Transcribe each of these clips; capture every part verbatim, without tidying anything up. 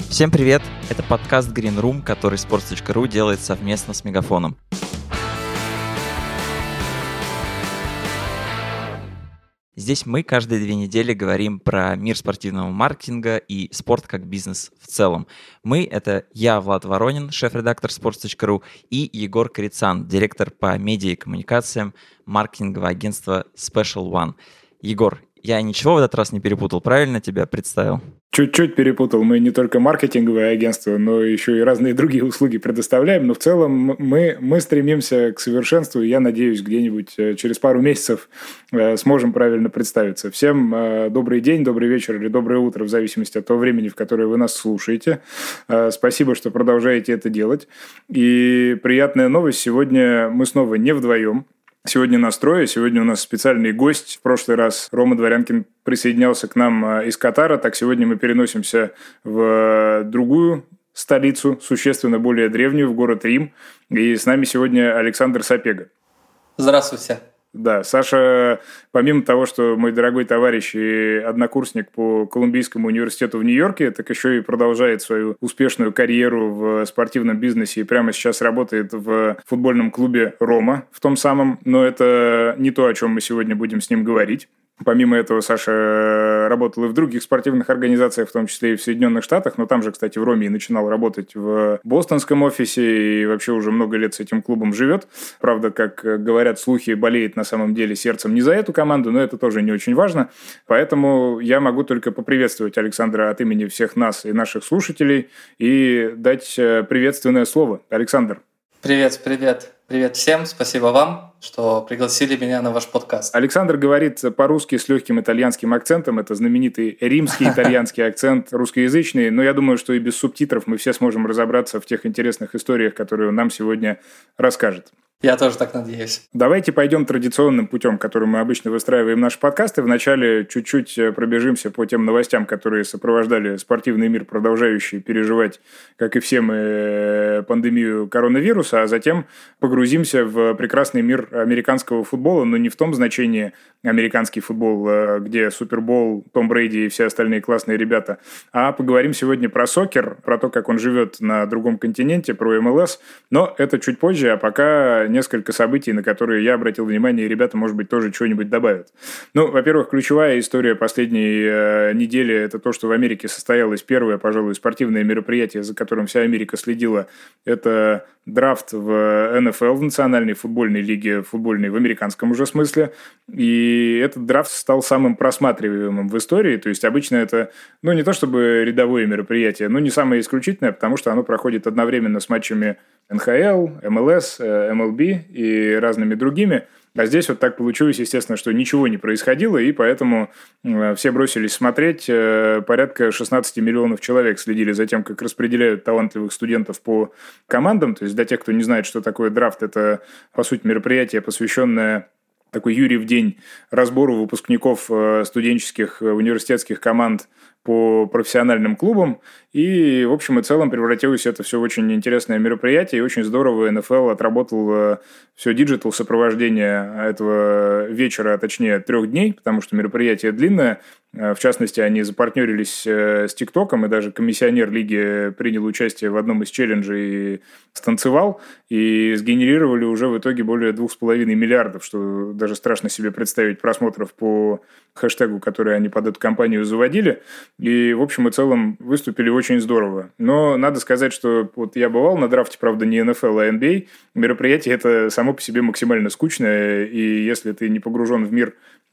Всем привет! Это подкаст Green Room, который sports точка ru делает совместно с Мегафоном. Здесь мы каждые две недели говорим про мир спортивного маркетинга и спорт как бизнес в целом. Мы — это я, Влад Воронин, шеф-редактор sports точка ru, и Егор Крицан, директор по медиа и коммуникациям маркетингового агентства Special One. Егор, я ничего в этот раз не перепутал, правильно тебя представил? Чуть-чуть перепутал. Мы не только маркетинговое агентство, но еще и разные другие услуги предоставляем. Но в целом мы, мы стремимся к совершенству, и я надеюсь, где-нибудь через пару месяцев сможем правильно представиться. Всем добрый день, добрый вечер или доброе утро, в зависимости от того времени, в которое вы нас слушаете. Спасибо, что продолжаете это делать. И приятная новость. Сегодня мы снова не вдвоем. Сегодня нас трое, сегодня у нас специальный гость. В прошлый раз Рома Дворянкин присоединялся к нам из Катара, так сегодня мы переносимся в другую столицу, существенно более древнюю, в город Рим. И с нами сегодня Александр Сапега. Здравствуйте. Да, Саша, помимо того, что мой дорогой товарищ и однокурсник по Колумбийскому университету в Нью-Йорке, так еще и продолжает свою успешную карьеру в спортивном бизнесе и прямо сейчас работает в футбольном клубе «Рома», в том самом, но это не то, о чем мы сегодня будем с ним говорить. Помимо этого, Саша работал и в других спортивных организациях, в том числе и в Соединенных Штатах, но там же, кстати, в Роме и начинал работать в бостонском офисе и вообще уже много лет с этим клубом живет. Правда, как говорят слухи, болеет на самом деле сердцем не за эту команду, но это тоже не очень важно. Поэтому я могу только поприветствовать Александра от имени всех нас и наших слушателей и дать приветственное слово. Александр. Привет, привет. Привет всем, спасибо вам, что пригласили меня на ваш подкаст. Александр говорит по-русски с легким итальянским акцентом. Это знаменитый римский итальянский акцент, русскоязычный. Но я думаю, что и без субтитров мы все сможем разобраться в тех интересных историях, которые он нам сегодня расскажет. Я тоже так надеюсь. Давайте пойдем традиционным путем, которым мы обычно выстраиваем наши подкасты. Вначале чуть-чуть пробежимся по тем новостям, которые сопровождали спортивный мир, продолжающий переживать, как и все мы, пандемию коронавируса, а затем погрузимся в прекрасный мир американского футбола, но не в том значении американский футбол, где Супербол, Том Брейди и все остальные классные ребята, а поговорим сегодня про сокер, про то, как он живет на другом континенте, про эм эл эс, но это чуть позже, а пока несколько событий, на которые я обратил внимание, и ребята, может быть, тоже что-нибудь добавят. Ну, во-первых, ключевая история последней э, недели – это то, что в Америке состоялось первое, пожалуй, спортивное мероприятие, за которым вся Америка следила. Это драфт в эн эф эл, в Национальной футбольной лиге, футбольной в американском уже смысле. И этот драфт стал самым просматриваемым в истории. То есть обычно это, ну, не то чтобы рядовое мероприятие, но не самое исключительное, потому что оно проходит одновременно с матчами эн ха эл, эм эл эс, эм эл би и разными другими. А здесь вот так получилось, естественно, что ничего не происходило, и поэтому все бросились смотреть. Порядка шестнадцать миллионов человек следили за тем, как распределяют талантливых студентов по командам. То есть для тех, кто не знает, что такое драфт, это, по сути, мероприятие, посвященное такой Юрьев день разбору выпускников студенческих университетских команд по профессиональным клубам. И, в общем и целом, превратилось это все в очень интересное мероприятие. И очень здорово эн эф эл отработал все диджитал-сопровождение этого вечера, а точнее трех дней, потому что мероприятие длинное. В частности, они запартнерились с ТикТоком, и даже комиссионер лиги принял участие в одном из челленджей и станцевал. И сгенерировали уже в итоге более двух с половиной миллиардов, что даже страшно себе представить просмотров по хэштегу, который они под эту кампанию заводили. И, в общем и целом, выступили очень здорово. Но надо сказать, что вот я бывал на драфте, правда, не эн эф эл, а эн би эй. Мероприятие это само по себе максимально скучное. И если ты не погружен в мир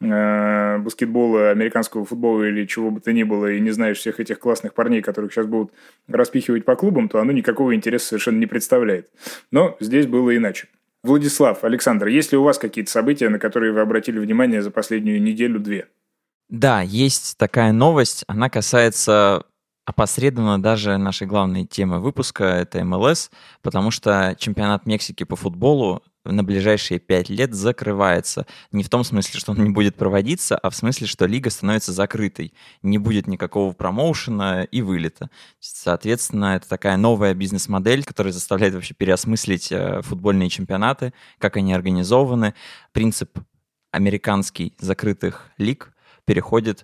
э, баскетбола, американского футбола или чего бы то ни было, и не знаешь всех этих классных парней, которых сейчас будут распихивать по клубам, то оно никакого интереса совершенно не представляет. Но здесь было иначе. Владислав, Александр, есть ли у вас какие-то события, на которые вы обратили внимание за последнюю неделю-две? Да, есть такая новость, она касается опосредованно даже нашей главной темы выпуска, это эм эл эс, потому что чемпионат Мексики по футболу на ближайшие пять лет закрывается. Не в том смысле, что он не будет проводиться, а в смысле, что лига становится закрытой. Не будет никакого промоушена и вылета. Соответственно, это такая новая бизнес-модель, которая заставляет вообще переосмыслить футбольные чемпионаты, как они организованы. Принцип американский закрытых лиг переходит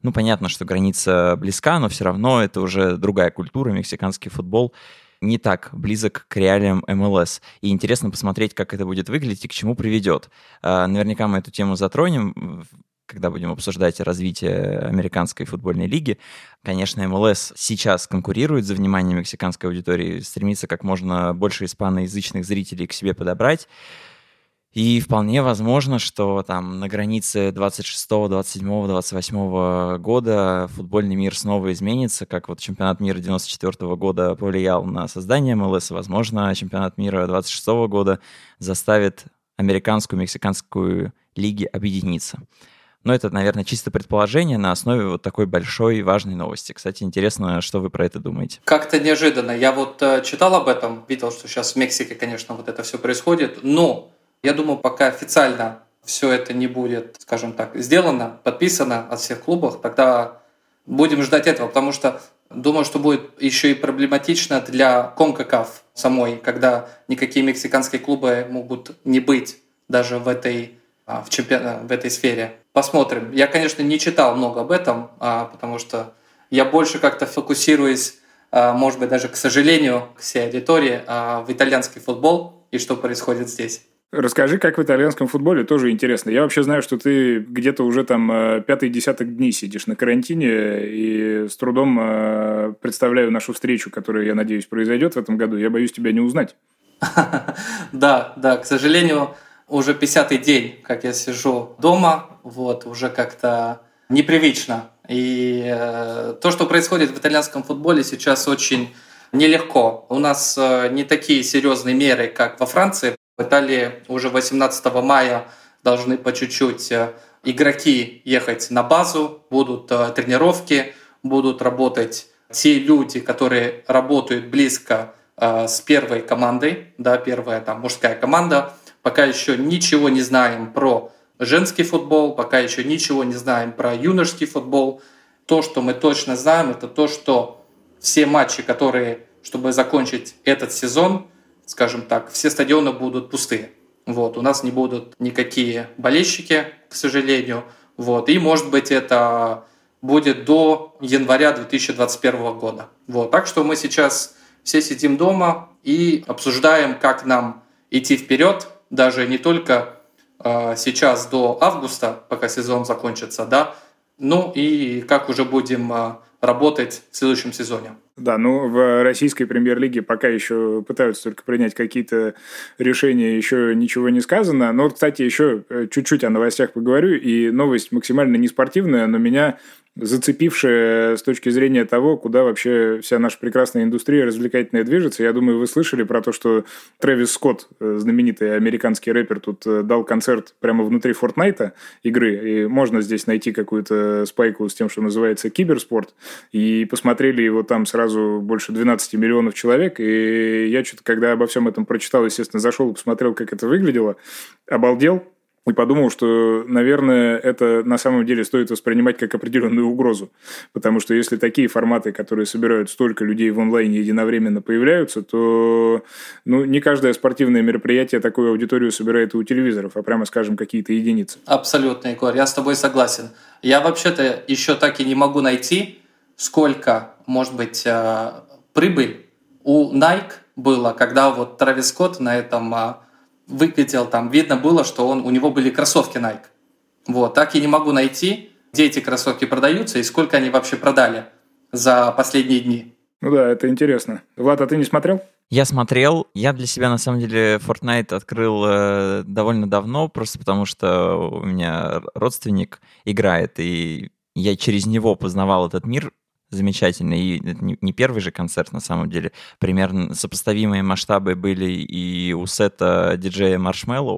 Ну, понятно, что граница близка, но все равно это уже другая культура, мексиканский футбол не так близок к реалиям эм эл эс. И интересно посмотреть, как это будет выглядеть и к чему приведет. Наверняка мы эту тему затронем, когда будем обсуждать развитие американской футбольной лиги. Конечно, эм эл эс сейчас конкурирует за внимание мексиканской аудитории, стремится как можно больше испаноязычных зрителей к себе подобрать. И вполне возможно, что там на границе двадцать шестого, двадцать седьмого, двадцать восьмого года футбольный мир снова изменится, как вот чемпионат мира девяносто четвёртого года повлиял на создание эм эл эс. Возможно, чемпионат мира двадцать шестого года заставит американскую, мексиканскую лиги объединиться. Но это, наверное, чисто предположение на основе вот такой большой и важной новости. Кстати, интересно, что вы про это думаете. Как-то неожиданно. Я вот э, читал об этом, видел, что сейчас в Мексике, конечно, вот это все происходит, но я думаю, пока официально все это не будет, скажем так, сделано, подписано от всех клубов, тогда будем ждать этого, потому что думаю, что будет еще и проблематично для конкакаф самой, когда никакие мексиканские клубы могут не быть даже в этой, в чемпион... в этой сфере. Посмотрим. Я, конечно, не читал много об этом, потому что я больше как-то фокусируюсь, может быть, даже, к сожалению, к всей аудитории, в итальянский футбол и что происходит здесь. Расскажи, как в итальянском футболе, тоже интересно. Я вообще знаю, что ты где-то уже там пятый десяток дней сидишь на карантине и с трудом представляю нашу встречу, которая, я надеюсь, произойдет в этом году. Я боюсь тебя не узнать. Да, да, к сожалению, уже пятидесятый день, как я сижу дома, вот, уже как-то непривычно. И э, то, что происходит в итальянском футболе, сейчас очень нелегко. У нас э, не такие серьезные меры, как во Франции. В Италии уже восемнадцатого мая должны по чуть-чуть игроки ехать на базу, будут тренировки, будут работать те люди, которые работают близко с первой командой, да, первая там мужская команда. Пока еще ничего не знаем про женский футбол, пока еще ничего не знаем про юношеский футбол. То, что мы точно знаем, это то, что все матчи, которые, чтобы закончить этот сезон, скажем так, все стадионы будут пустые. Вот, у нас не будут никакие болельщики, к сожалению. Вот, и, может быть, это будет до января две тысячи двадцать первого года. Вот, так что мы сейчас все сидим дома и обсуждаем, как нам идти вперед, даже не только э, сейчас до августа, пока сезон закончится, да, ну и как уже будем э, работать в следующем сезоне. Да, ну в российской премьер-лиге пока еще пытаются только принять какие-то решения, еще ничего не сказано. Но, кстати, еще чуть-чуть о новостях поговорю. И новость максимально не спортивная, но меня зацепившая с точки зрения того, куда вообще вся наша прекрасная индустрия развлекательная движется. Я думаю, вы слышали про то, что Трэвис Скотт, знаменитый американский рэпер, тут дал концерт прямо внутри Fortnite игры. И можно здесь найти какую-то спайку с тем, что называется киберспорт. И посмотрели его там сразу больше двенадцать миллионов человек. И я что-то, когда обо всем этом прочитал, естественно, зашел и посмотрел, как это выглядело, обалдел. И подумал, что, наверное, это на самом деле стоит воспринимать как определенную угрозу. Потому что если такие форматы, которые собирают столько людей в онлайне единовременно, появляются, то ну, не каждое спортивное мероприятие такую аудиторию собирает и у телевизоров, а прямо, скажем, какие-то единицы. Абсолютно, Егор, я с тобой согласен. Я вообще-то еще так и не могу найти, сколько, может быть, прибыль у Nike было, когда вот Трэвис Скотт на этом... выглядел там, видно было, что он, у него были кроссовки Nike. Вот, так и не могу найти, где эти кроссовки продаются и сколько они вообще продали за последние дни. Ну да, это интересно. Влад, а ты не смотрел? Я смотрел. Я для себя, на самом деле, Fortnite открыл э, довольно давно, просто потому что у меня родственник играет, и я через него познавал этот мир замечательно. И это не первый же концерт, на самом деле. Примерно сопоставимые масштабы были и у сета диджея Marshmello.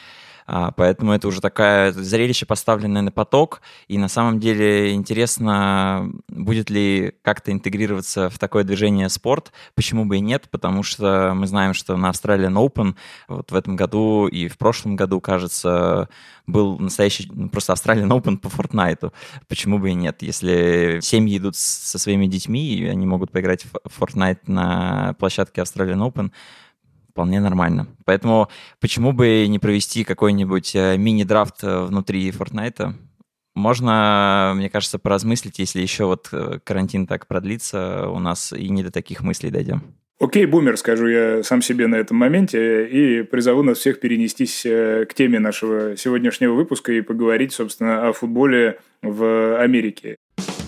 А, поэтому это уже такое зрелище, поставленное на поток. И на самом деле интересно, будет ли как-то интегрироваться в такое движение спорт. Почему бы и нет? Потому что мы знаем, что на Australian Open вот в этом году и в прошлом году, кажется, был настоящий просто Australian Open по Fortnite. Почему бы и нет? Если семьи идут со своими детьми, и они могут поиграть в Fortnite на площадке Australian Open, вполне нормально. Поэтому почему бы не провести какой-нибудь мини-драфт внутри Fortnite? можно, мне кажется, поразмыслить, если еще вот карантин так продлится, у нас и не до таких мыслей дойдем. Окей, бумер, скажу я сам себе на этом моменте, и призову нас всех перенестись к теме нашего сегодняшнего выпуска и поговорить, собственно, о футболе в Америке.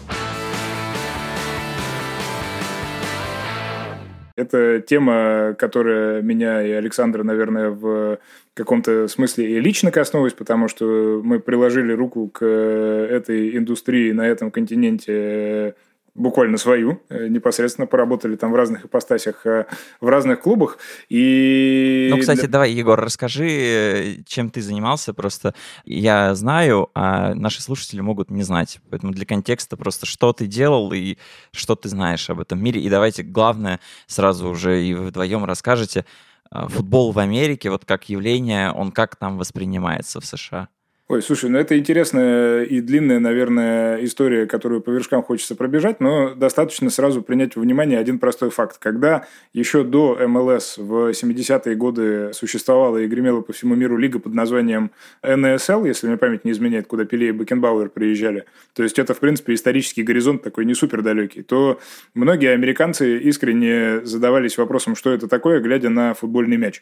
Это тема, которая меня и Александра, наверное, в каком-то смысле и лично коснулась, потому что мы приложили руку к этой индустрии на этом континенте буквально свою, непосредственно поработали там в разных ипостасях, в разных клубах. И... Ну, кстати, давай, Егор, расскажи, чем ты занимался, просто я знаю, а наши слушатели могут не знать, поэтому для контекста просто что ты делал и что ты знаешь об этом мире, и давайте, главное, сразу уже и вы вдвоем расскажете, футбол в Америке, вот как явление, он как там воспринимается в США? Ой, слушай, ну это интересная и длинная, наверное, история, которую по вершкам хочется пробежать, но достаточно сразу принять во внимание один простой факт. Когда еще до эм эл эс в семидесятые годы существовала и гремела по всему миру лига под названием эн эс эл, если мне память не изменяет, куда Пеле и Бекенбауэр приезжали, то есть это, в принципе, исторический горизонт такой не супер далекий, то многие американцы искренне задавались вопросом, что это такое, глядя на футбольный мяч.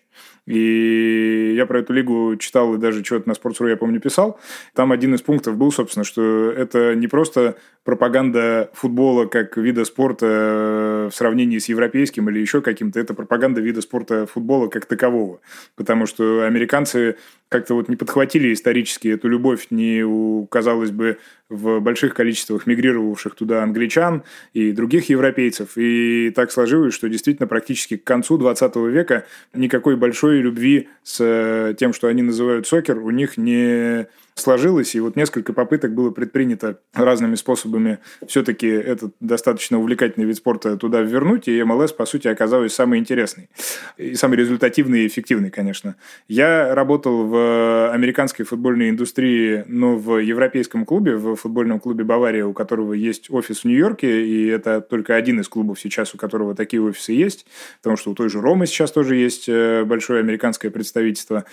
И я про эту лигу читал и даже что-то на Sports.ru, я помню, писал. Там один из пунктов был, собственно, что это не просто пропаганда футбола как вида спорта в сравнении с европейским или еще каким-то, это пропаганда вида спорта футбола как такового. Потому что американцы как-то вот не подхватили исторически эту любовь ни у, казалось бы, в больших количествах мигрировавших туда англичан и других европейцев. И так сложилось, что действительно практически к концу двадцатого века никакой большой любви с тем, что они называют сокер, у них не сложилось, и вот несколько попыток было предпринято разными способами все-таки этот достаточно увлекательный вид спорта туда вернуть, и эм эл эс, по сути, оказалась самый интересный, и самый результативный и эффективный, конечно. Я работал в американской футбольной индустрии, но в европейском клубе, в футбольном клубе «Бавария», у которого есть офис в Нью-Йорке, и это только один из клубов сейчас, у которого такие офисы есть, потому что у той же «Ромы» сейчас тоже есть большое американское представительство,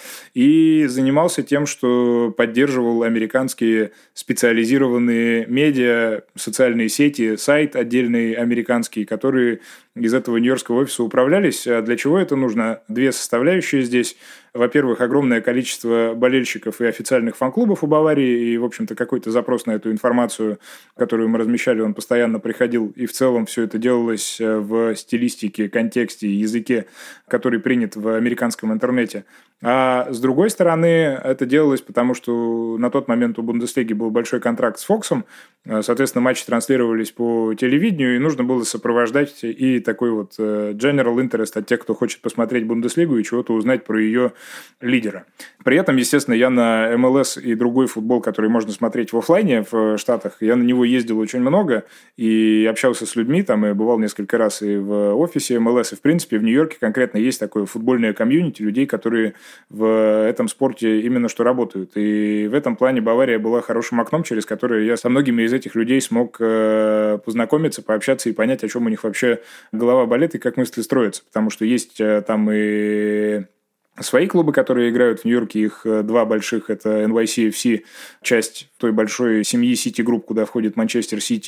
и занимался тем, что поддерживал американские специализированные медиа, социальные сети, сайт отдельный американский, которые из этого нью-йоркского офиса управлялись. А для чего это нужно? Две составляющие здесь. Во-первых, огромное количество болельщиков и официальных фан-клубов у Баварии, и, в общем-то, какой-то запрос на эту информацию, которую мы размещали, он постоянно приходил, и в целом все это делалось в стилистике, контексте, языке, который принят в американском интернете. А с другой стороны, это делалось потому, что на тот момент у Бундеслиги был большой контракт с Фоксом, соответственно, матчи транслировались по телевидению, и нужно было сопровождать и такой вот general interest от тех, кто хочет посмотреть Бундеслигу и чего-то узнать про ее лидера. При этом, естественно, я на эм эл эс и другой футбол, который можно смотреть в офлайне в Штатах, я на него ездил очень много и общался с людьми, там, и бывал несколько раз и в офисе эм эл эс, и, в принципе, в Нью-Йорке конкретно есть такое футбольное комьюнити людей, которые в этом спорте именно что работают. И в этом плане Бавария была хорошим окном, через которое я со многими из этих людей смог познакомиться, пообщаться и понять, о чем у них вообще голова болит и как мысли строятся. Потому что есть там и свои клубы, которые играют в Нью-Йорке, их два больших, это эн уай си эф си, часть той большой семьи City Group, куда входит Манчестер Сити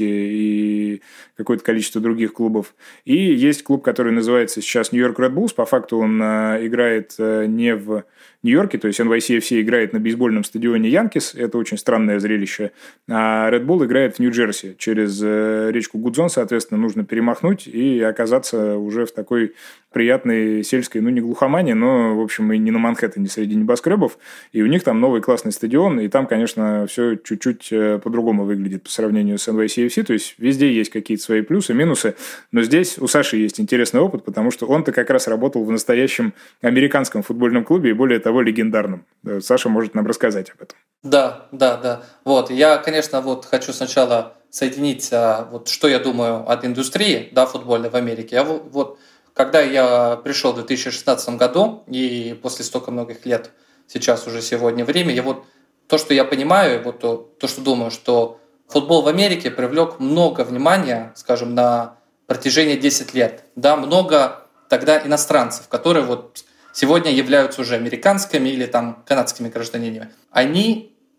и какое-то количество других клубов. И есть клуб, который называется сейчас Нью-Йорк Red Bulls, по факту он играет не в Нью-Йорке, то есть эн уай си эф си играет на бейсбольном стадионе Янкис, это очень странное зрелище, а Red Bull играет в Нью-Джерси, через речку Гудзон, соответственно, нужно перемахнуть и оказаться уже в такой приятной сельской, ну не глухомане, но, в общем, и не на Манхэттене среди небоскребов, и у них там новый классный стадион, и там, конечно, все чуть-чуть по-другому выглядит по сравнению с эн уай си эф си, то есть везде есть какие-то свои плюсы, минусы, но здесь у Саши есть интересный опыт, потому что он-то как раз работал в настоящем американском футбольном клубе, и более того, легендарном. Саша может нам рассказать об этом. Да, да, да. Вот, я, конечно, вот хочу сначала соединить, вот, что я думаю от индустрии, да, футбольной в Америке. Я вот, когда я пришел в две тысячи шестнадцатом году, и после столько многих лет, сейчас уже сегодня время, я вот то, что я понимаю, вот то, то, что думаю, что футбол в Америке привлек много внимания, скажем, на протяжении десяти лет. Да, много тогда иностранцев, которые вот сегодня являются уже американскими или там канадскими гражданинами. Они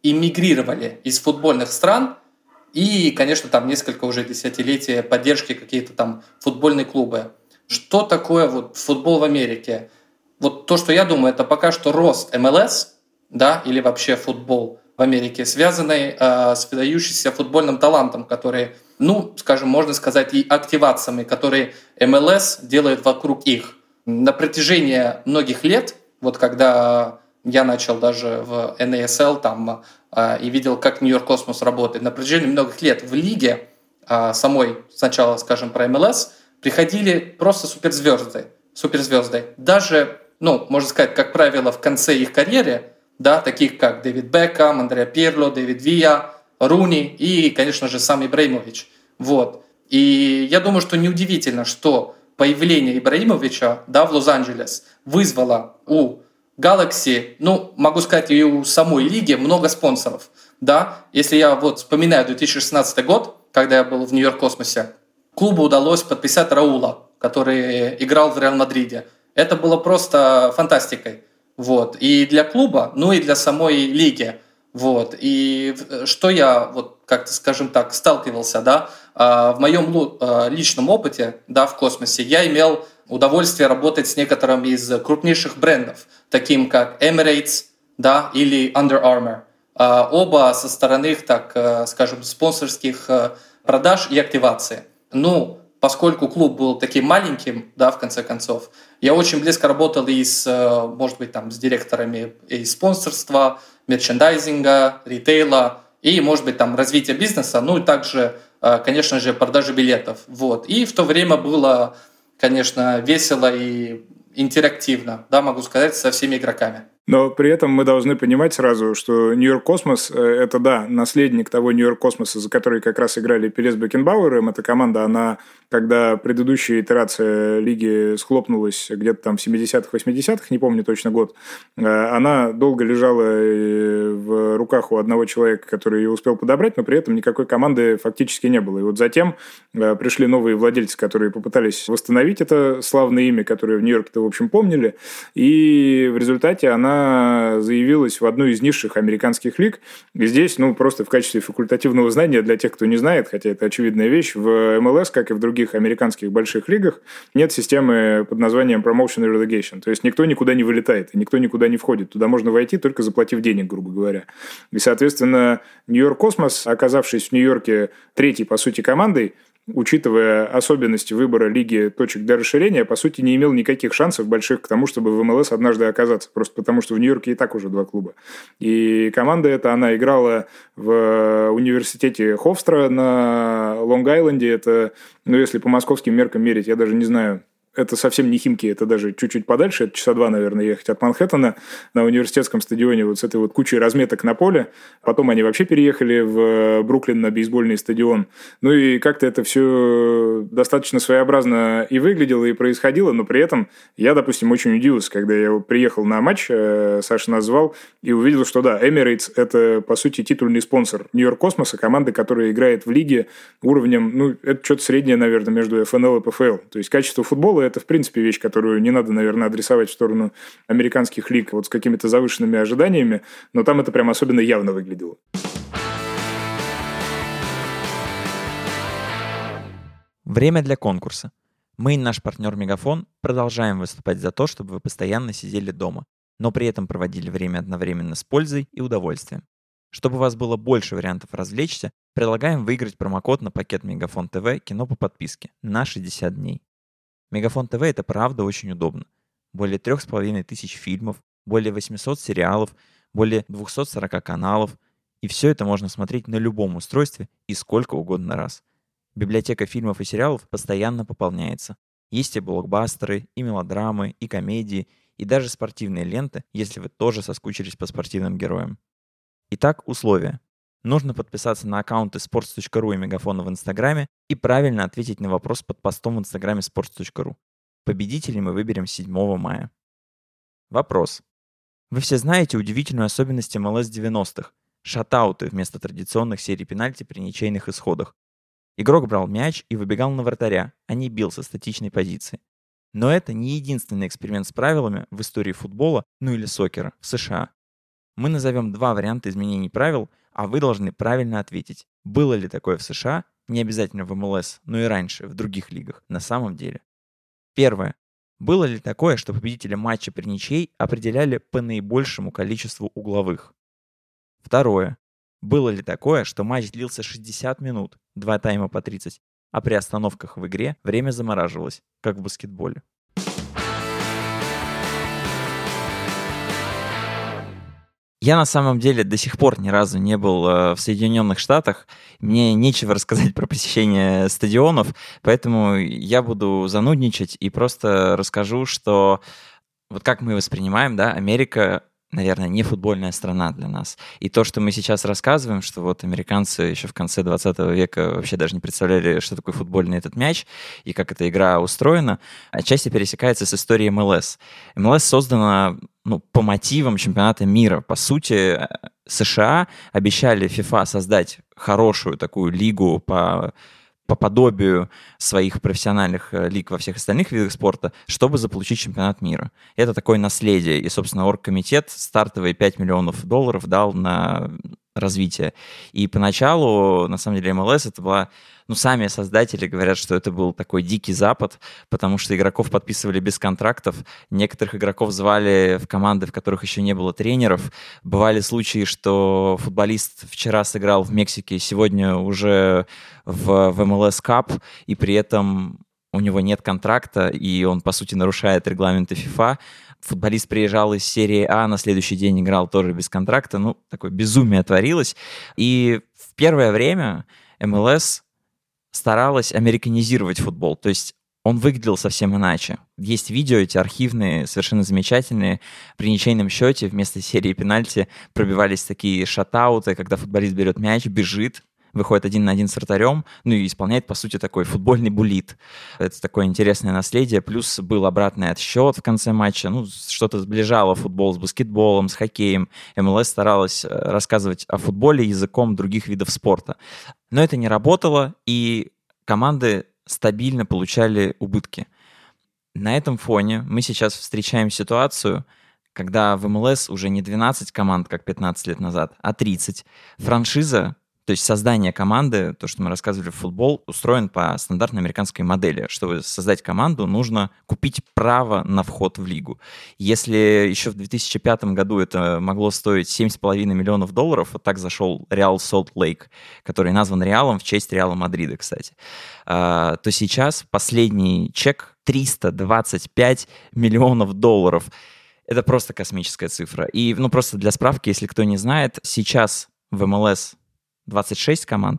иммигрировали из футбольных стран, и, конечно, там несколько уже десятилетий поддержки какие-то там футбольные клубы. Что такое вот футбол в Америке? Вот то, что я думаю, это пока что рост эм эл эс, да, или вообще футбол в Америке, связанный э, с выдающимся футбольным талантом, который, ну, скажем, можно сказать, и активациями, которые эм эл эс делает вокруг их. На протяжении многих лет, вот когда я начал даже в эн эй эс эл там, э, и видел, как Нью-Йорк Космос работает, на протяжении многих лет в лиге э, самой, сначала скажем про эм эл эс, приходили просто суперзвезды, суперзвезды. Даже, ну, можно сказать, как правило, в конце их карьеры, да, таких как Дэвид Бекхэм, Андреа Пирло, Дэвид Вия, Руни и, конечно же, сам Ибрahimovic. Вот. И я думаю, что неудивительно, что появление Ибрahimovic, да, в Лос-Анджелес вызвало у Galaxy, ну, могу сказать, и у самой лиги много спонсоров. Да? Если я вот вспоминаю две тысячи шестнадцатый год, когда я был в Нью-Йорк Космосе, клубу удалось подписать Раула, который играл в Реал Мадриде. Это было просто фантастикой. Вот. И для клуба, ну и для самой лиги. Вот. И что я, вот, как-то, скажем так, сталкивался, да, в моем личном опыте, да, в космосе, я имел удовольствие работать с некоторыми из крупнейших брендов, таким как Emirates, да, или Under Armour. Оба со стороны, так скажем, спонсорских продаж и активации. Ну, поскольку клуб был таким маленьким, да, в конце концов, я очень близко работал и с, может быть, там, с директорами и спонсорства, мерчендайзинга, ритейла и, может быть, там, развития бизнеса, ну и также, конечно же, продажи билетов. Вот. И в то время было, конечно, весело и интерактивно, да, могу сказать, со всеми игроками. Но при этом мы должны понимать сразу, что Нью-Йорк Космос – это, да, наследник того Нью-Йорк Космоса, за который как раз играли Пелес Бекенбауэр. Эта команда, она, когда предыдущая итерация лиги схлопнулась где-то там в семидесятых, восьмидесятых, не помню точно год, она долго лежала в руках у одного человека, который ее успел подобрать, но при этом никакой команды фактически не было. И вот затем пришли новые владельцы, которые попытались восстановить это славное имя, которое в Нью-Йорке-то, в общем, помнили, и в результате она заявилась в одну из низших американских лиг. И здесь, ну, просто в качестве факультативного знания для тех, кто не знает, хотя это очевидная вещь, в эм эл эс, как и в других американских больших лигах, нет системы под названием Promotion и Relegation. То есть никто никуда не вылетает, и никто никуда не входит. Туда можно войти, только заплатив денег, грубо говоря. И, соответственно, Нью-Йорк Космос, оказавшись в Нью-Йорке третьей, по сути, командой, учитывая особенности выбора лиги точек для расширения, по сути, не имел никаких шансов больших к тому, чтобы в эм эл эс однажды оказаться. Просто потому, что в Нью-Йорке и так уже два клуба. И команда эта, она играла в университете Хофстра на Лонг-Айленде. Это, ну, если по московским меркам мерить, я даже не знаю... Это совсем не Химки, это даже чуть-чуть подальше, это часа два, наверное, ехать от Манхэттена на университетском стадионе вот с этой вот кучей разметок на поле. Потом они вообще переехали в Бруклин на бейсбольный стадион. Ну и как-то это все достаточно своеобразно и выглядело, и происходило, но при этом я, допустим, очень удивился, когда я приехал на матч, Саша назвал, и увидел, что да, Emirates – это, по сути, титульный спонсор Нью-Йорк Космоса, команда, которая играет в лиге уровнем, ну, это что-то среднее, наверное, между эф эн эл и пэ эф эл. То есть качество футбола – это, в принципе, вещь, которую не надо, наверное, адресовать в сторону американских лиг вот с какими-то завышенными ожиданиями, но там это прям особенно явно выглядело. Время для конкурса. Мы и наш партнер Мегафон продолжаем выступать за то, чтобы вы постоянно сидели дома, но при этом проводили время одновременно с пользой и удовольствием. Чтобы у вас было больше вариантов развлечься, предлагаем выиграть промокод на пакет Мегафон ТВ «Кино по подписке» на шестьдесят дней. Мегафон ТВ – это правда очень удобно. Более трех с половиной тысяч фильмов, более восемьсот сериалов, более двести сорок каналов. И все это можно смотреть на любом устройстве и сколько угодно раз. Библиотека фильмов и сериалов постоянно пополняется. Есть и блокбастеры, и мелодрамы, и комедии, и даже спортивные ленты, если вы тоже соскучились по спортивным героям. Итак, условия. Нужно подписаться на аккаунты sports точка ru и Мегафона в Инстаграме и правильно ответить на вопрос под постом в Инстаграме sports точка ru. Победителей мы выберем седьмого мая. Вопрос. Вы все знаете удивительную особенность эм эл эс девяностых – шатауты вместо традиционных серий пенальти при ничейных исходах. Игрок брал мяч и выбегал на вратаря, а не бил со статичной позиции. Но это не единственный эксперимент с правилами в истории футбола, ну или сокера, в США. Мы назовем два варианта изменений правил, а вы должны правильно ответить, было ли такое в США, не обязательно в эм эл эс, но и раньше, в других лигах, на самом деле. Первое. Было ли такое, что победителя матча при ничьей определяли по наибольшему количеству угловых? Второе. Было ли такое, что матч длился шестьдесят минут, два тайма по тридцать, а при остановках в игре время замораживалось, как в баскетболе? Я на самом деле до сих пор ни разу не был э, в Соединенных Штатах. Мне нечего рассказать про посещение стадионов, поэтому я буду занудничать и просто расскажу, что вот как мы воспринимаем, да, Америка, наверное, не футбольная страна для нас. И то, что мы сейчас рассказываем, что вот американцы еще в конце двадцатого века вообще даже не представляли, что такое футбольный этот мяч и как эта игра устроена, отчасти пересекается с историей эм эл эс. эм эл эс создана ну, по мотивам чемпионата мира. По сути, США обещали FIFA создать хорошую такую лигу по по подобию своих профессиональных лиг во всех остальных видах спорта, чтобы заполучить чемпионат мира. Это такое наследие. И, собственно, оргкомитет стартовые пять миллионов долларов дал на развитие. И поначалу, на самом деле, эм эл эс это была... Ну, сами создатели говорят, что это был такой дикий запад, потому что игроков подписывали без контрактов, некоторых игроков звали в команды, в которых еще не было тренеров. Бывали случаи, что футболист вчера сыграл в Мексике, сегодня уже в, в эм эл эс Cup, и при этом у него нет контракта, и он, по сути, нарушает регламенты FIFA. Футболист приезжал из серии А, на следующий день играл тоже без контракта. Ну, такое безумие творилось. И в первое время эм эл эс старалась американизировать футбол, то есть он выглядел совсем иначе. Есть видео эти архивные, совершенно замечательные. При ничейном счете вместо серии пенальти пробивались такие шатауты, когда футболист берет мяч, бежит, выходит один на один с вратарем, ну и исполняет, по сути, такой футбольный буллит. Это такое интересное наследие. Плюс был обратный отсчет в конце матча. Ну, что-то сближало футбол с баскетболом, с хоккеем. эм эл эс старалась рассказывать о футболе языком других видов спорта. Но это не работало, и команды стабильно получали убытки. На этом фоне мы сейчас встречаем ситуацию, когда в эм эл эс уже не двенадцать команд, как пятнадцать лет назад, а тридцать. Франшиза, то есть создание команды, то, что мы рассказывали в футбол, устроен по стандартной американской модели. Чтобы создать команду, нужно купить право на вход в лигу. Если еще в две тысячи пятом году это могло стоить семь с половиной миллионов долларов, вот так зашел Реал Солт-Лейк, который назван Реалом в честь Реала Мадрида, кстати, то сейчас последний чек триста двадцать пять миллионов долларов. Это просто космическая цифра. И, ну, просто для справки, если кто не знает, сейчас в эм эл эс двадцать шесть команд.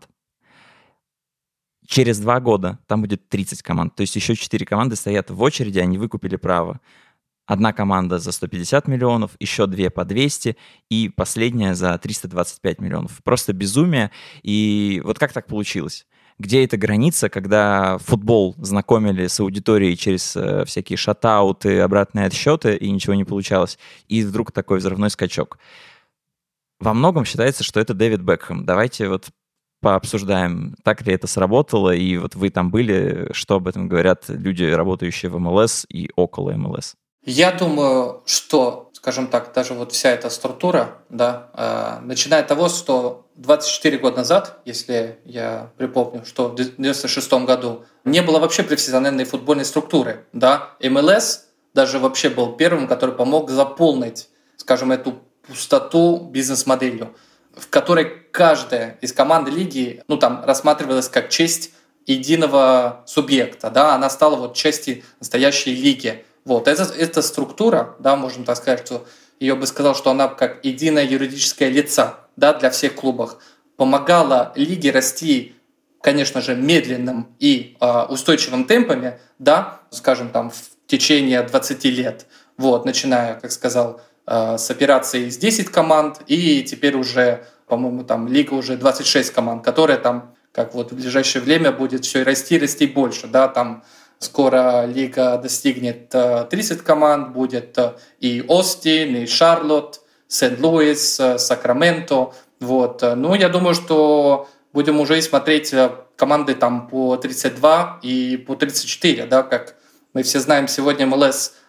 Через два года там будет тридцать команд. То есть еще четыре команды стоят в очереди, они выкупили право. Одна команда за сто пятьдесят миллионов, еще две по двести, и последняя за триста двадцать пять миллионов. Просто безумие. И вот как так получилось? Где эта граница, когда футбол знакомили с аудиторией через э, всякие шатауты, обратные отсчеты, и ничего не получалось, и вдруг такой взрывной скачок? Во многом считается, что это Дэвид Бекхэм. Давайте вот пообсуждаем, так ли это сработало, и вот вы там были, что об этом говорят люди, работающие в эм эл эс и около эм эл эс. Я думаю, что, скажем так, даже вот вся эта структура, да, э, начиная от того, что двадцать четыре года назад, если я припомню, что в девяносто шестом году не было вообще профессиональной футбольной структуры, да, эм эл эс даже вообще был первым, который помог заполнить, скажем, эту пустоту бизнес-моделью, в которой каждая из команд лиги, ну, там, рассматривалась как часть единого субъекта, да, она стала вот частью настоящей лиги. Вот, это, эта структура, да, можно так сказать, что я бы сказал, что она как единое юридическое лицо, да, для всех клубов, помогала лиге расти, конечно же, медленным и э, устойчивым темпами, да, скажем, там, в течение двадцати лет, вот, начиная, как сказал, с операцией с десять команд, и теперь уже, по-моему, там лига уже двадцать шесть команд, которая там, как вот в ближайшее время будет все расти, расти больше, да, там скоро лига достигнет тридцать команд, будет и Остин, и Шарлотт, Сент-Луис, Сакраменто, вот. Ну, я думаю, что будем уже и смотреть команды там по тридцать два и по тридцать четыре, да, как мы все знаем, сегодня эм эл эс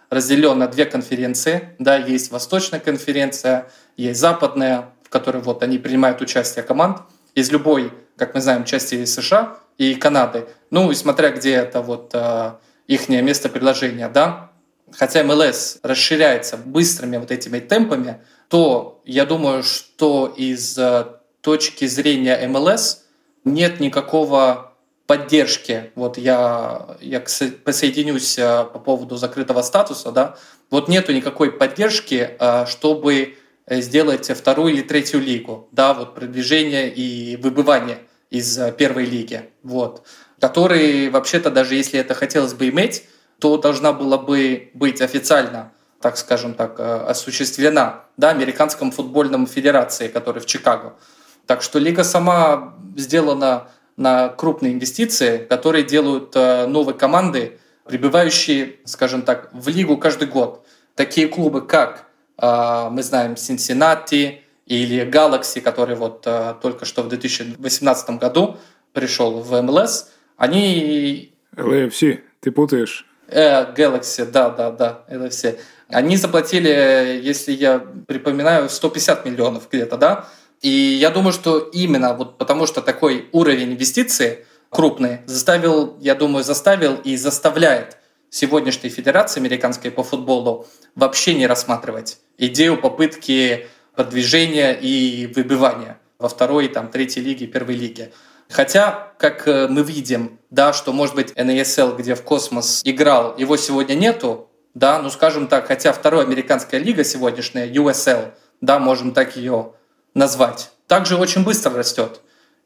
разделен на две конференции. Да, есть Восточная конференция, есть Западная, в которой вот они принимают участие команд из любой, как мы знаем, части США и Канады. Ну, и смотря где это вот их место предложения, да. Хотя эм эл эс расширяется быстрыми вот этими темпами, то я думаю, что из точки зрения эм эл эс нет никакого поддержки. Вот я, я присоединюсь по поводу закрытого статуса, да. Вот нету никакой поддержки, чтобы сделать вторую или третью лигу, да, вот продвижение и выбывание из первой лиги, вот, которые вообще-то даже если это хотелось бы иметь, то должна была бы быть официально, так скажем так, осуществлена, да, Американском футбольном федерации, который в Чикаго. Так что лига сама сделана на крупные инвестиции, которые делают новые команды, прибывающие, скажем так, в лигу каждый год. Такие клубы, как мы знаем Cincinnati или Galaxy, который вот только что в две тысячи восемнадцатом году пришел в эм эл эс, они... эл эй эф си, ты путаешь. Э, Galaxy, да, да, да, эл эй эф си. Они заплатили, если я припоминаю, сто пятьдесят миллионов где-то, да? И я думаю, что именно вот потому, что такой уровень инвестиций крупный заставил, я думаю, заставил и заставляет сегодняшней Федерации американской по футболу вообще не рассматривать идею попытки продвижения и выбивания во второй, там, третьей лиге, первой лиге. Хотя, как мы видим, да, что, может быть, эн эс эл, где в космос играл, его сегодня нету, да, ну, скажем так, хотя вторая американская лига сегодняшняя, ю эс эл, да, можем так ее назвать, также очень быстро растет.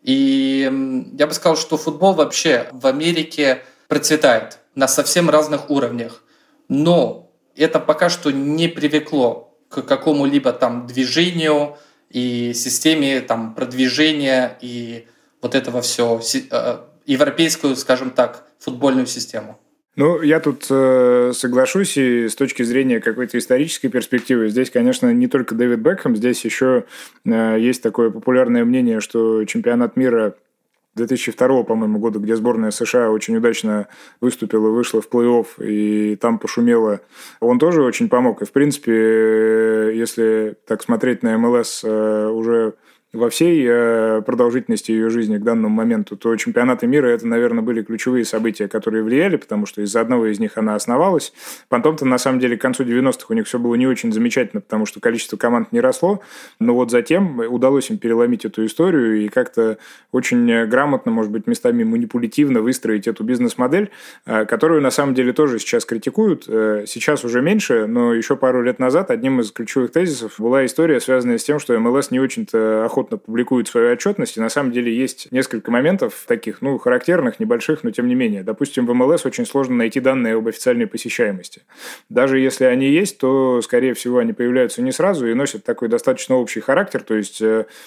И я бы сказал, что футбол вообще в Америке процветает на совсем разных уровнях. Но это пока что не привлекло к какому-либо там движению и системе там продвижения и вот этого все, европейскую, скажем так, футбольную систему. Ну, я тут э, соглашусь, и с точки зрения какой-то исторической перспективы, здесь, конечно, не только Дэвид Бекхэм, здесь еще э, есть такое популярное мнение, что чемпионат мира две тысячи второго, по-моему, года, где сборная США очень удачно выступила, вышла в плей-офф, и там пошумела, он тоже очень помог. И, в принципе, если так смотреть на эм эл эс э, уже во всей продолжительности ее жизни к данному моменту, то чемпионаты мира – это, наверное, были ключевые события, которые влияли, потому что из-за одного из них она основалась. Потом-то, на самом деле, к концу девяностых у них все было не очень замечательно, потому что количество команд не росло, но вот затем удалось им переломить эту историю и как-то очень грамотно, может быть, местами манипулятивно выстроить эту бизнес-модель, которую, на самом деле, тоже сейчас критикуют. Сейчас уже меньше, но еще пару лет назад одним из ключевых тезисов была история, связанная с тем, что эм эл эс не очень-то охотно публикует свою отчетность, и на самом деле есть несколько моментов таких, ну, характерных, небольших, но тем не менее. Допустим, в эм эл эс очень сложно найти данные об официальной посещаемости. Даже если они есть, то, скорее всего, они появляются не сразу и носят такой достаточно общий характер, то есть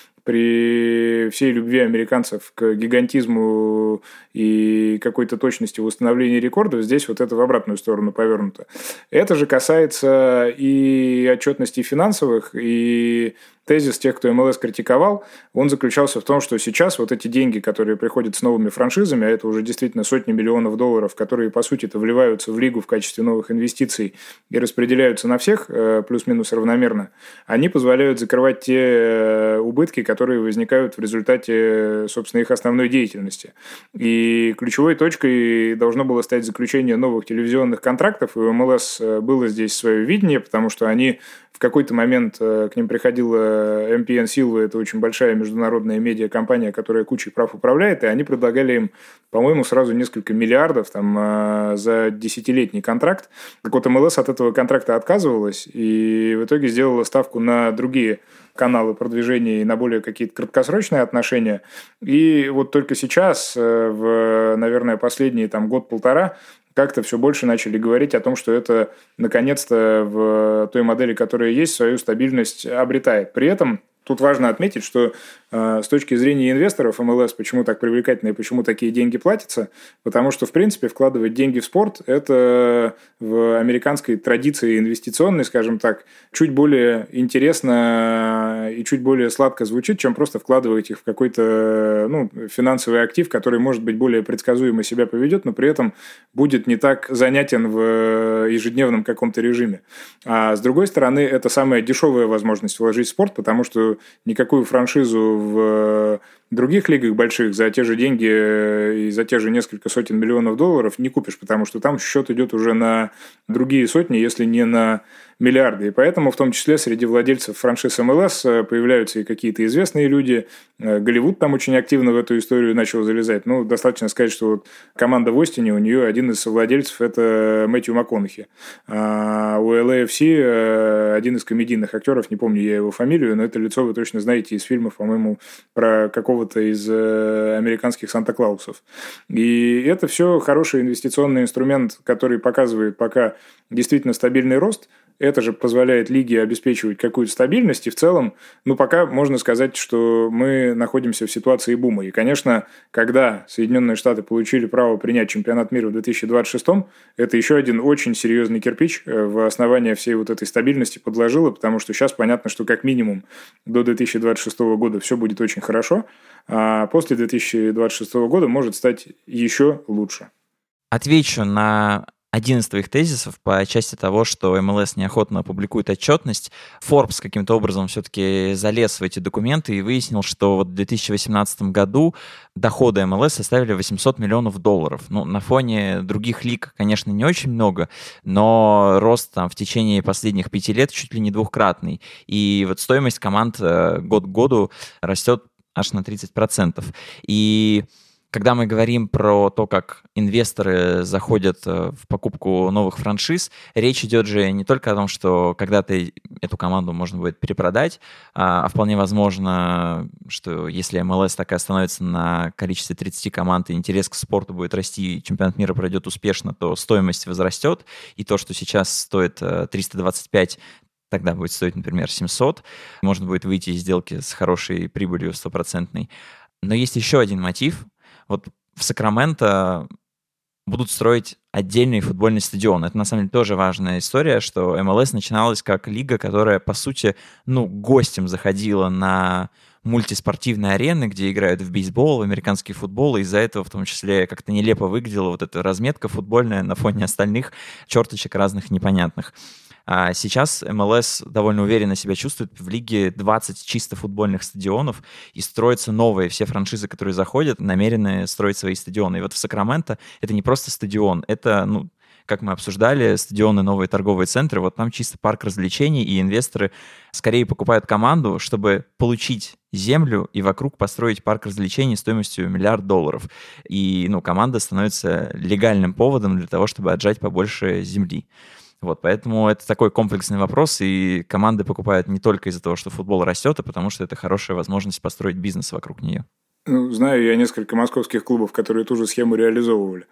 при всей любви американцев к гигантизму и какой-то точности в установлении рекордов, здесь вот это в обратную сторону повернуто. Это же касается и отчетности финансовых, и тезис тех, кто эм эл эс критиковал, он заключался в том, что сейчас вот эти деньги, которые приходят с новыми франшизами, а это уже действительно сотни миллионов долларов, которые, по сути-то, вливаются в лигу в качестве новых инвестиций и распределяются на всех плюс-минус равномерно, они позволяют закрывать те убытки, которые возникают в результате, собственно, их основной деятельности. И ключевой точкой должно было стать заключение новых телевизионных контрактов, и у эм эл эс было здесь свое видение, потому что они в какой-то момент к ним приходила эм пи эн Silva, это очень большая международная медиакомпания, которая кучей прав управляет, и они предлагали им, по-моему, сразу несколько миллиардов там, за десятилетний контракт. Так вот, эм эл эс от этого контракта отказывалась, и в итоге сделала ставку на другие каналы продвижения и на более какие-то краткосрочные отношения. И вот только сейчас, в, наверное, последние там, год-полтора, как-то все больше начали говорить о том, что это наконец-то в той модели, которая есть, свою стабильность обретает. При этом тут важно отметить, что э, с точки зрения инвесторов эм эл эс почему так привлекательно и почему такие деньги платятся, потому что, в принципе, вкладывать деньги в спорт – это в американской традиции инвестиционной, скажем так, чуть более интересно и чуть более сладко звучит, чем просто вкладывать их в какой-то ну, финансовый актив, который, может быть, более предсказуемо себя поведет, но при этом будет не так занятен в ежедневном каком-то режиме. А с другой стороны, это самая дешевая возможность вложить в спорт, потому что никакую франшизу в других лигах больших за те же деньги и за те же несколько сотен миллионов долларов не купишь, потому что там счет идет уже на другие сотни, если не на миллиарды. И поэтому, в том числе, среди владельцев франшиз эм эл эс появляются и какие-то известные люди. Голливуд там очень активно в эту историю начал залезать. Ну, достаточно сказать, что вот команда в Остине, у нее один из совладельцев – это Мэтью МакКонахи. А у эл эй эф си один из комедийных актеров, не помню я его фамилию, но это лицо вы точно знаете из фильмов, по-моему, про какого-то из американских Санта-Клаусов. И это все хороший инвестиционный инструмент, который показывает пока действительно стабильный рост. Это же позволяет лиге обеспечивать какую-то стабильность. И в целом, ну, пока можно сказать, что мы находимся в ситуации бума. И, конечно, когда Соединенные Штаты получили право принять чемпионат мира в две тысячи двадцать шестом, это еще один очень серьезный кирпич в основание всей вот этой стабильности подложило, потому что сейчас понятно, что как минимум до две тысячи двадцать шестого года все будет очень хорошо, а после две тысячи двадцать шестого года может стать еще лучше. Отвечу на один из твоих тезисов по части того, что эм эл эс неохотно публикует отчетность. Forbes каким-то образом все-таки залез в эти документы и выяснил, что вот в две тысячи восемнадцатом году доходы эм эл эс составили восемьсот миллионов долларов. Ну, на фоне других лиг, конечно, не очень много, но рост там в течение последних пяти лет чуть ли не двухкратный. И вот стоимость команд год к году растет аж на тридцать процентов. И когда мы говорим про то, как инвесторы заходят в покупку новых франшиз, речь идет же не только о том, что когда-то эту команду можно будет перепродать, а вполне возможно, что если эм эл эс так и остановится на количестве тридцати команд, и интерес к спорту будет расти, и чемпионат мира пройдет успешно, то стоимость возрастет, и то, что сейчас стоит триста двадцать пять, тогда будет стоить, например, семьсот, можно будет выйти из сделки с хорошей прибылью стопроцентной. Но есть еще один мотив. Вот в Сакраменто будут строить отдельный футбольный стадион. Это, на самом деле, тоже важная история, что эм эл эс начиналась как лига, которая, по сути, ну, гостем заходила на мультиспортивные арены, где играют в бейсбол, в американский футбол, и из-за этого в том числе как-то нелепо выглядела вот эта разметка футбольная на фоне остальных черточек разных непонятных. А сейчас эм эл эс довольно уверенно себя чувствует. В лиге двадцать чисто футбольных стадионов, и строятся новые. Все франшизы, которые заходят, намерены строить свои стадионы. И вот в Сакраменто это не просто стадион, это, ну, как мы обсуждали, стадионы, новые торговые центры, вот там чисто парк развлечений, и инвесторы скорее покупают команду, чтобы получить землю и вокруг построить парк развлечений стоимостью миллиард долларов. И, ну, команда становится легальным поводом для того, чтобы отжать побольше земли. Вот, поэтому это такой комплексный вопрос, и команды покупают не только из-за того, что футбол растет, а потому что это хорошая возможность построить бизнес вокруг нее. Ну, знаю я несколько московских клубов, которые ту же схему реализовывали.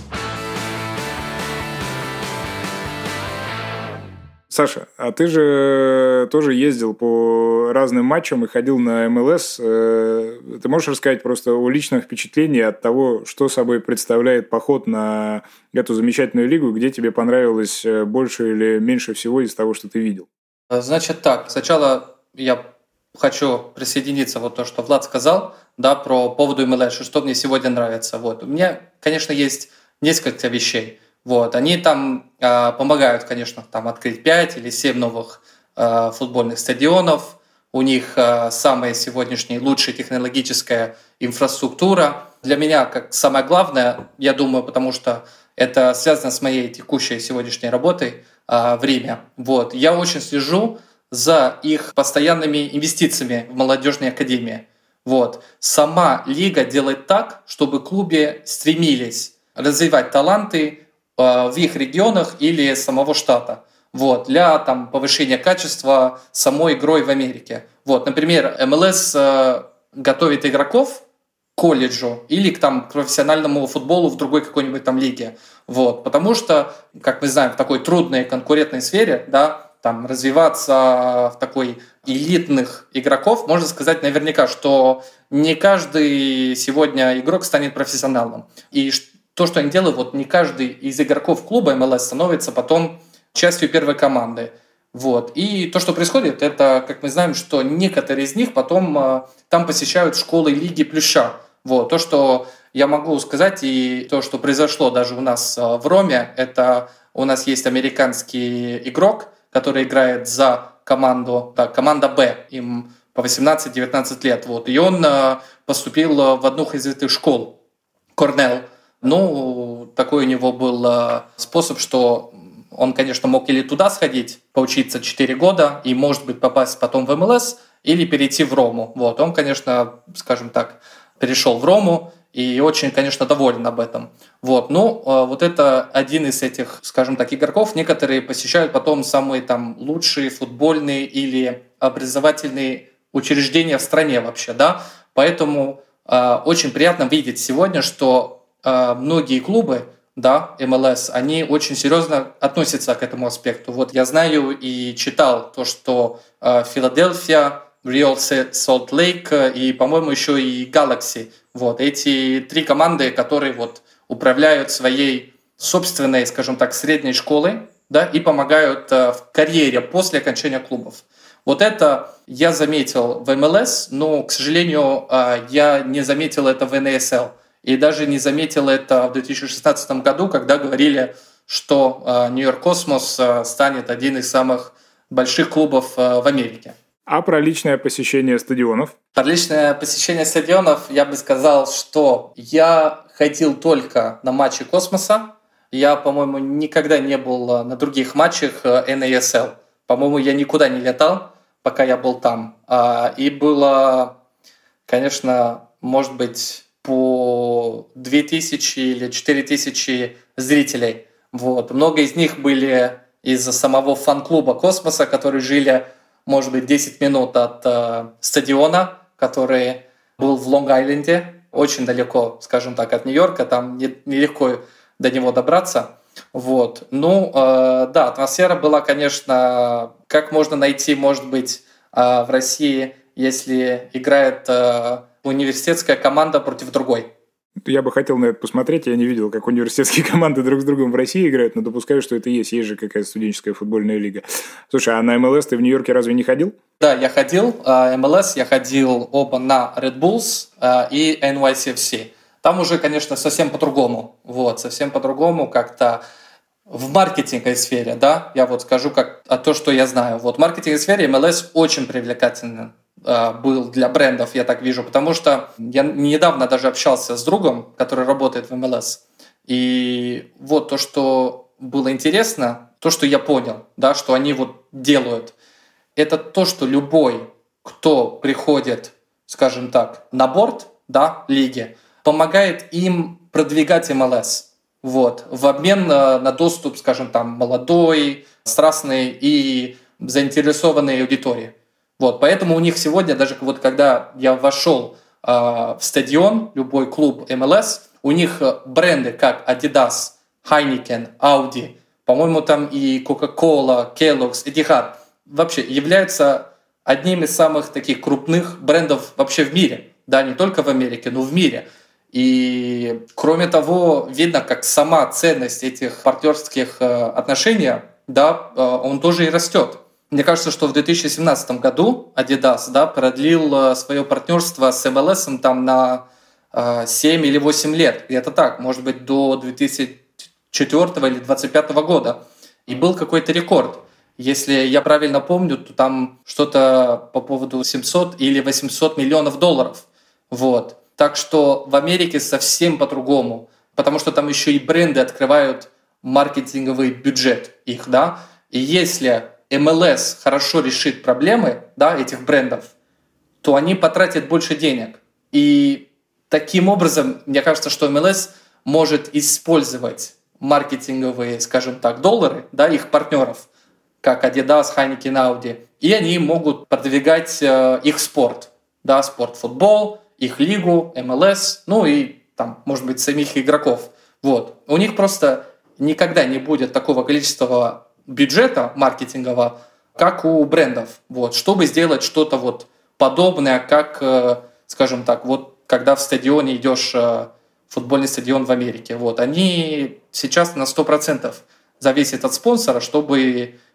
Саша, а ты же тоже ездил по разным матчам и ходил на эм эл эс. Ты можешь рассказать просто о личном впечатлении от того, что собой представляет поход на эту замечательную лигу, где тебе понравилось больше или меньше всего из того, что ты видел? Значит так, сначала я хочу присоединиться вот то, что Влад сказал, да, про поводу эм эл эс, что мне сегодня нравится. Вот. У меня, конечно, есть несколько вещей. Вот, они там э, помогают, конечно, там открыть пять или семь новых э, футбольных стадионов. У них э, самая сегодняшняя лучшая технологическая инфраструктура. Для меня, как самое главное, я думаю, потому что это связано с моей текущей сегодняшней работой э, в Риме. Вот, я очень слежу за их постоянными инвестициями в молодежные академии. Вот. Сама лига делает так, чтобы клубы стремились развивать таланты в их регионах или самого штата, вот, для там, повышения качества самой игрой в Америке. Вот, например, эм эл эс э, готовит игроков к колледжу или к, там, к профессиональному футболу в другой какой-нибудь там лиге. Вот, потому что, как мы знаем, в такой трудной конкурентной сфере, да, там, развиваться в такой элитных игроков, можно сказать наверняка, что не каждый сегодня игрок станет профессионалом. И то, что они делают, вот не каждый из игроков клуба эм эл эс становится потом частью первой команды. Вот. И то, что происходит, это, как мы знаем, что некоторые из них потом э, там посещают школы Лиги Плюща. Вот. То, что я могу сказать, и то, что произошло даже у нас э, в Роме, это у нас есть американский игрок, который играет за команду, да, команда Б, им по восемнадцать-девятнадцать лет. Вот. И он э, поступил в одну из этих школ, Корнелл. Ну, такой у него был э, способ, что он, конечно, мог или туда сходить, поучиться четыре года и, может быть, попасть потом в эм эл эс, или перейти в Рому. Вот. Он, конечно, скажем так, перешел в Рому и очень, конечно, доволен об этом. Вот. Ну, вот это один из этих, скажем так, игроков. Некоторые посещают потом самые там лучшие футбольные или образовательные учреждения в стране вообще, да. Поэтому э, очень приятно видеть сегодня, что э, многие клубы, да, эм эл эс, они очень серьезно относятся к этому аспекту. Вот я знаю и читал то, что э, Филадельфия, Real Salt Lake и, по-моему, еще и Galaxy. Вот эти три команды, которые вот управляют своей собственной, скажем так, средней школой, да, и помогают э, в карьере после окончания клубов. Вот это я заметил в эм эл эс, но, к сожалению, э, я не заметил это в эн эс эл. И даже не заметил это в две тысячи шестнадцатом году, когда говорили, что э, Нью-Йорк Космос э, станет один из самых больших клубов э, в Америке. А про личное посещение стадионов? Про личное посещение стадионов я бы сказал, что я ходил только на матчи Космоса. Я, по-моему, никогда не был на других матчах эн эс эл. По-моему, я никуда не летал, пока я был там. И было, конечно, может быть, по две тысячи или четыре тысячи зрителей. Вот. Много из них были из самого фан-клуба Космоса, которые жили, может быть, десять минут от э, стадиона, который был в Лонг-Айленде, очень далеко, скажем так, от Нью-Йорка, там нелегко до него добраться. Вот. Ну, э, да, атмосфера была, конечно, как можно найти, может быть, э, в России, если играет э, университетская команда против другой. Я бы хотел на это посмотреть. Я не видел, как университетские команды друг с другом в России играют, но допускаю, что это есть. Есть же какая-то студенческая футбольная лига. Слушай, а на эм эл эс ты в Нью-Йорке разве не ходил? Да, я ходил. эм эл эс я ходил оба на Red Bulls и эн уай си эф си. Там уже, конечно, совсем по-другому. Вот, совсем по-другому как-то в маркетинговой сфере, да, я вот скажу как а то, что я знаю. Вот в маркетинговой сфере эм эл эс очень привлекательный был для брендов, я так вижу, потому что я недавно даже общался с другом, который работает в эм эл эс, и вот то, что было интересно, то, что я понял, да, что они вот делают, это то, что любой, кто приходит, скажем так, на борт, да, лиги, помогает им продвигать эм эл эс, вот, в обмен на, на доступ, скажем, там, молодой, страстной и заинтересованной аудитории. Вот, поэтому у них сегодня, даже вот когда я вошел э, в стадион, любой клуб эм эл эс, у них бренды как Adidas, Heineken, Audi, по-моему, там и Coca-Cola, Kellogg's, Etihad, вообще являются одним из самых таких крупных брендов вообще в мире. Да, не только в Америке, но в мире. И кроме того, видно, как сама ценность этих партнерских э, отношений, да, э, он тоже и растет. Мне кажется, что в две тысячи семнадцатом году Adidas, да, продлил свое партнерство с эм эл эс там на э, семь или восемь лет. И это так, может быть, до две тысячи четвёртого или две тысячи двадцать пятого года. И был какой-то рекорд. Если я правильно помню, то там что-то по поводу семьсот или восемьсот миллионов долларов. Вот. Так что в Америке совсем по-другому. Потому что там еще и бренды открывают маркетинговый бюджет их, да. И если эм эл эс хорошо решит проблемы, да, этих брендов, то они потратят больше денег. И таким образом, мне кажется, что эм эл эс может использовать маркетинговые, скажем так, доллары, да, их партнеров, как Adidas, Heineken, Audi, и они могут продвигать э, их спорт, да, спорт-футбол, их лигу, эм эл эс, ну и там, может быть, самих игроков. Вот. У них просто никогда не будет такого количества бюджета маркетингового, как у брендов, вот, чтобы сделать что-то вот подобное, как, скажем так, вот когда в стадионе идешь, футбольный стадион в Америке, вот, они сейчас на сто процентов зависят от спонсора, чтобы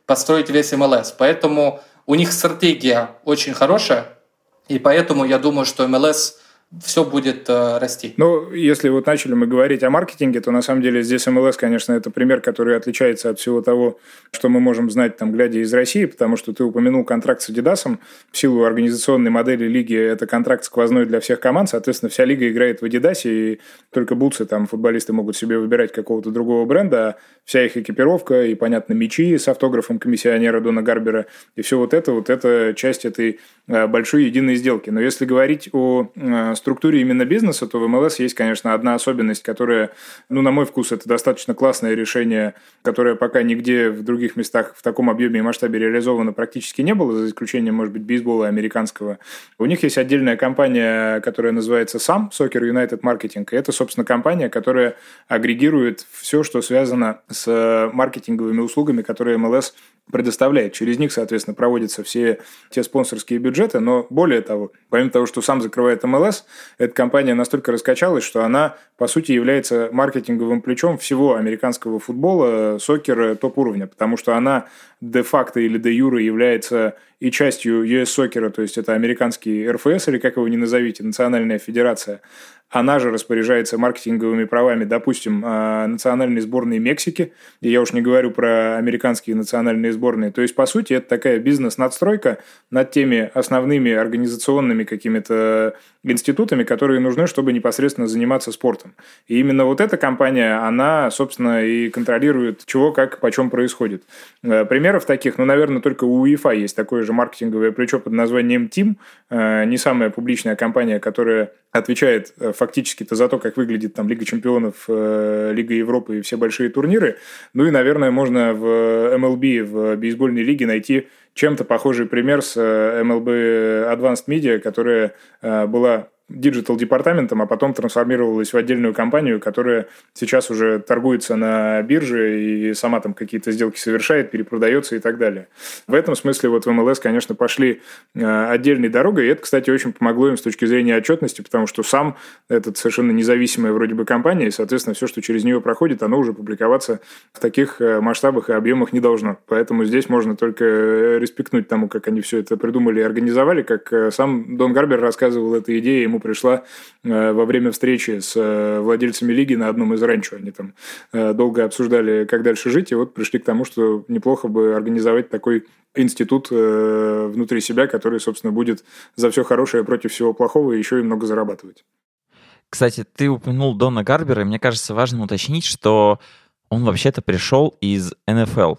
построить весь эм эл эс. Поэтому у них стратегия очень хорошая, и поэтому я думаю, что эм эл эс все будет э, расти. Ну, если вот начали мы говорить о маркетинге, то на самом деле здесь эм эл эс, конечно, это пример, который отличается от всего того, что мы можем знать, там, глядя из России, потому что ты упомянул контракт с Adidas. В силу организационной модели лиги это контракт сквозной для всех команд, соответственно, вся лига играет в Adidas, и только бутсы, там, футболисты могут себе выбирать какого-то другого бренда, а вся их экипировка и, понятно, мячи с автографом комиссионера Дона Гарбера, и все вот это, вот это часть этой большой единой сделки. Но если говорить о структуре именно бизнеса, то в эм эл эс есть, конечно, одна особенность, которая, ну, на мой вкус, это достаточно классное решение, которое пока нигде в других местах в таком объеме и масштабе реализовано практически не было, за исключением, может быть, бейсбола американского. У них есть отдельная компания, которая называется сам, Soccer United Marketing, и это, собственно, компания, которая агрегирует все, что связано с маркетинговыми услугами, которые эм эл эс предоставляет. Через них, соответственно, проводятся все те спонсорские бюджеты, но более того, помимо того, что сам закрывает эм эл эс, эта компания настолько раскачалась, что она, по сути, является маркетинговым плечом всего американского футбола, сокера топ-уровня, потому что она де-факто или де-юре является и частью ю эс Soccer, то есть это американский эр эф эс, или как его ни назовите, Национальная федерация. Она же распоряжается маркетинговыми правами, допустим, национальной сборной Мексики, и я уж не говорю про американские национальные сборные. То есть, по сути, это такая бизнес-надстройка над теми основными организационными какими-то институтами, которые нужны, чтобы непосредственно заниматься спортом. И именно вот эта компания, она, собственно, и контролирует, чего, как, почем происходит. Примеров таких, ну, наверное, только у УЕФА есть такое же маркетинговое плечо под названием Team, не самая публичная компания, которая отвечает фактически-то за то, как выглядит там Лига чемпионов, Лига Европы и все большие турниры. Ну и, наверное, можно в эм эл би, в бейсбольной лиге найти чем-то похожий пример с эм эл би Advanced Media, которая была диджитал-департаментом, а потом трансформировалась в отдельную компанию, которая сейчас уже торгуется на бирже и сама там какие-то сделки совершает, перепродается и так далее. В этом смысле вот в эм эл эс, конечно, пошли отдельной дорогой, и это, кстати, очень помогло им с точки зрения отчетности, потому что сам этот совершенно независимая вроде бы компания, и, соответственно, все, что через нее проходит, оно уже публиковаться в таких масштабах и объемах не должно. Поэтому здесь можно только респектнуть тому, как они все это придумали и организовали, как сам Дон Гарбер рассказывал эту идею, ему пришла во время встречи с владельцами лиги на одном из ранчо. Они там долго обсуждали, как дальше жить, и вот пришли к тому, что неплохо бы организовать такой институт внутри себя, который, собственно, будет за все хорошее против всего плохого и еще и много зарабатывать. Кстати, ты упомянул Дона Гарбера, и мне кажется важным уточнить, что он вообще-то пришел из эн эф эл.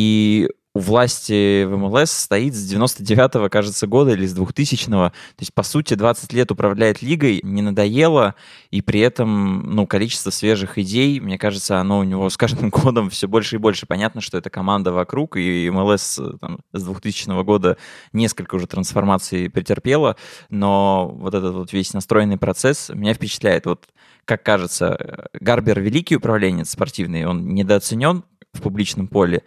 И у власти в эм эл эс стоит с девяносто девятого, кажется, года или с двухтысячного. То есть, по сути, двадцать лет управляет лигой, не надоело, и при этом, ну, количество свежих идей, мне кажется, оно у него с каждым годом все больше и больше. Понятно, что это команда вокруг, и эм эл эс там, с двухтысячного года несколько уже трансформаций претерпела, но вот этот вот весь настроенный процесс меня впечатляет. Вот, как кажется, Гарбер великий управленец спортивный, он недооценен в публичном поле,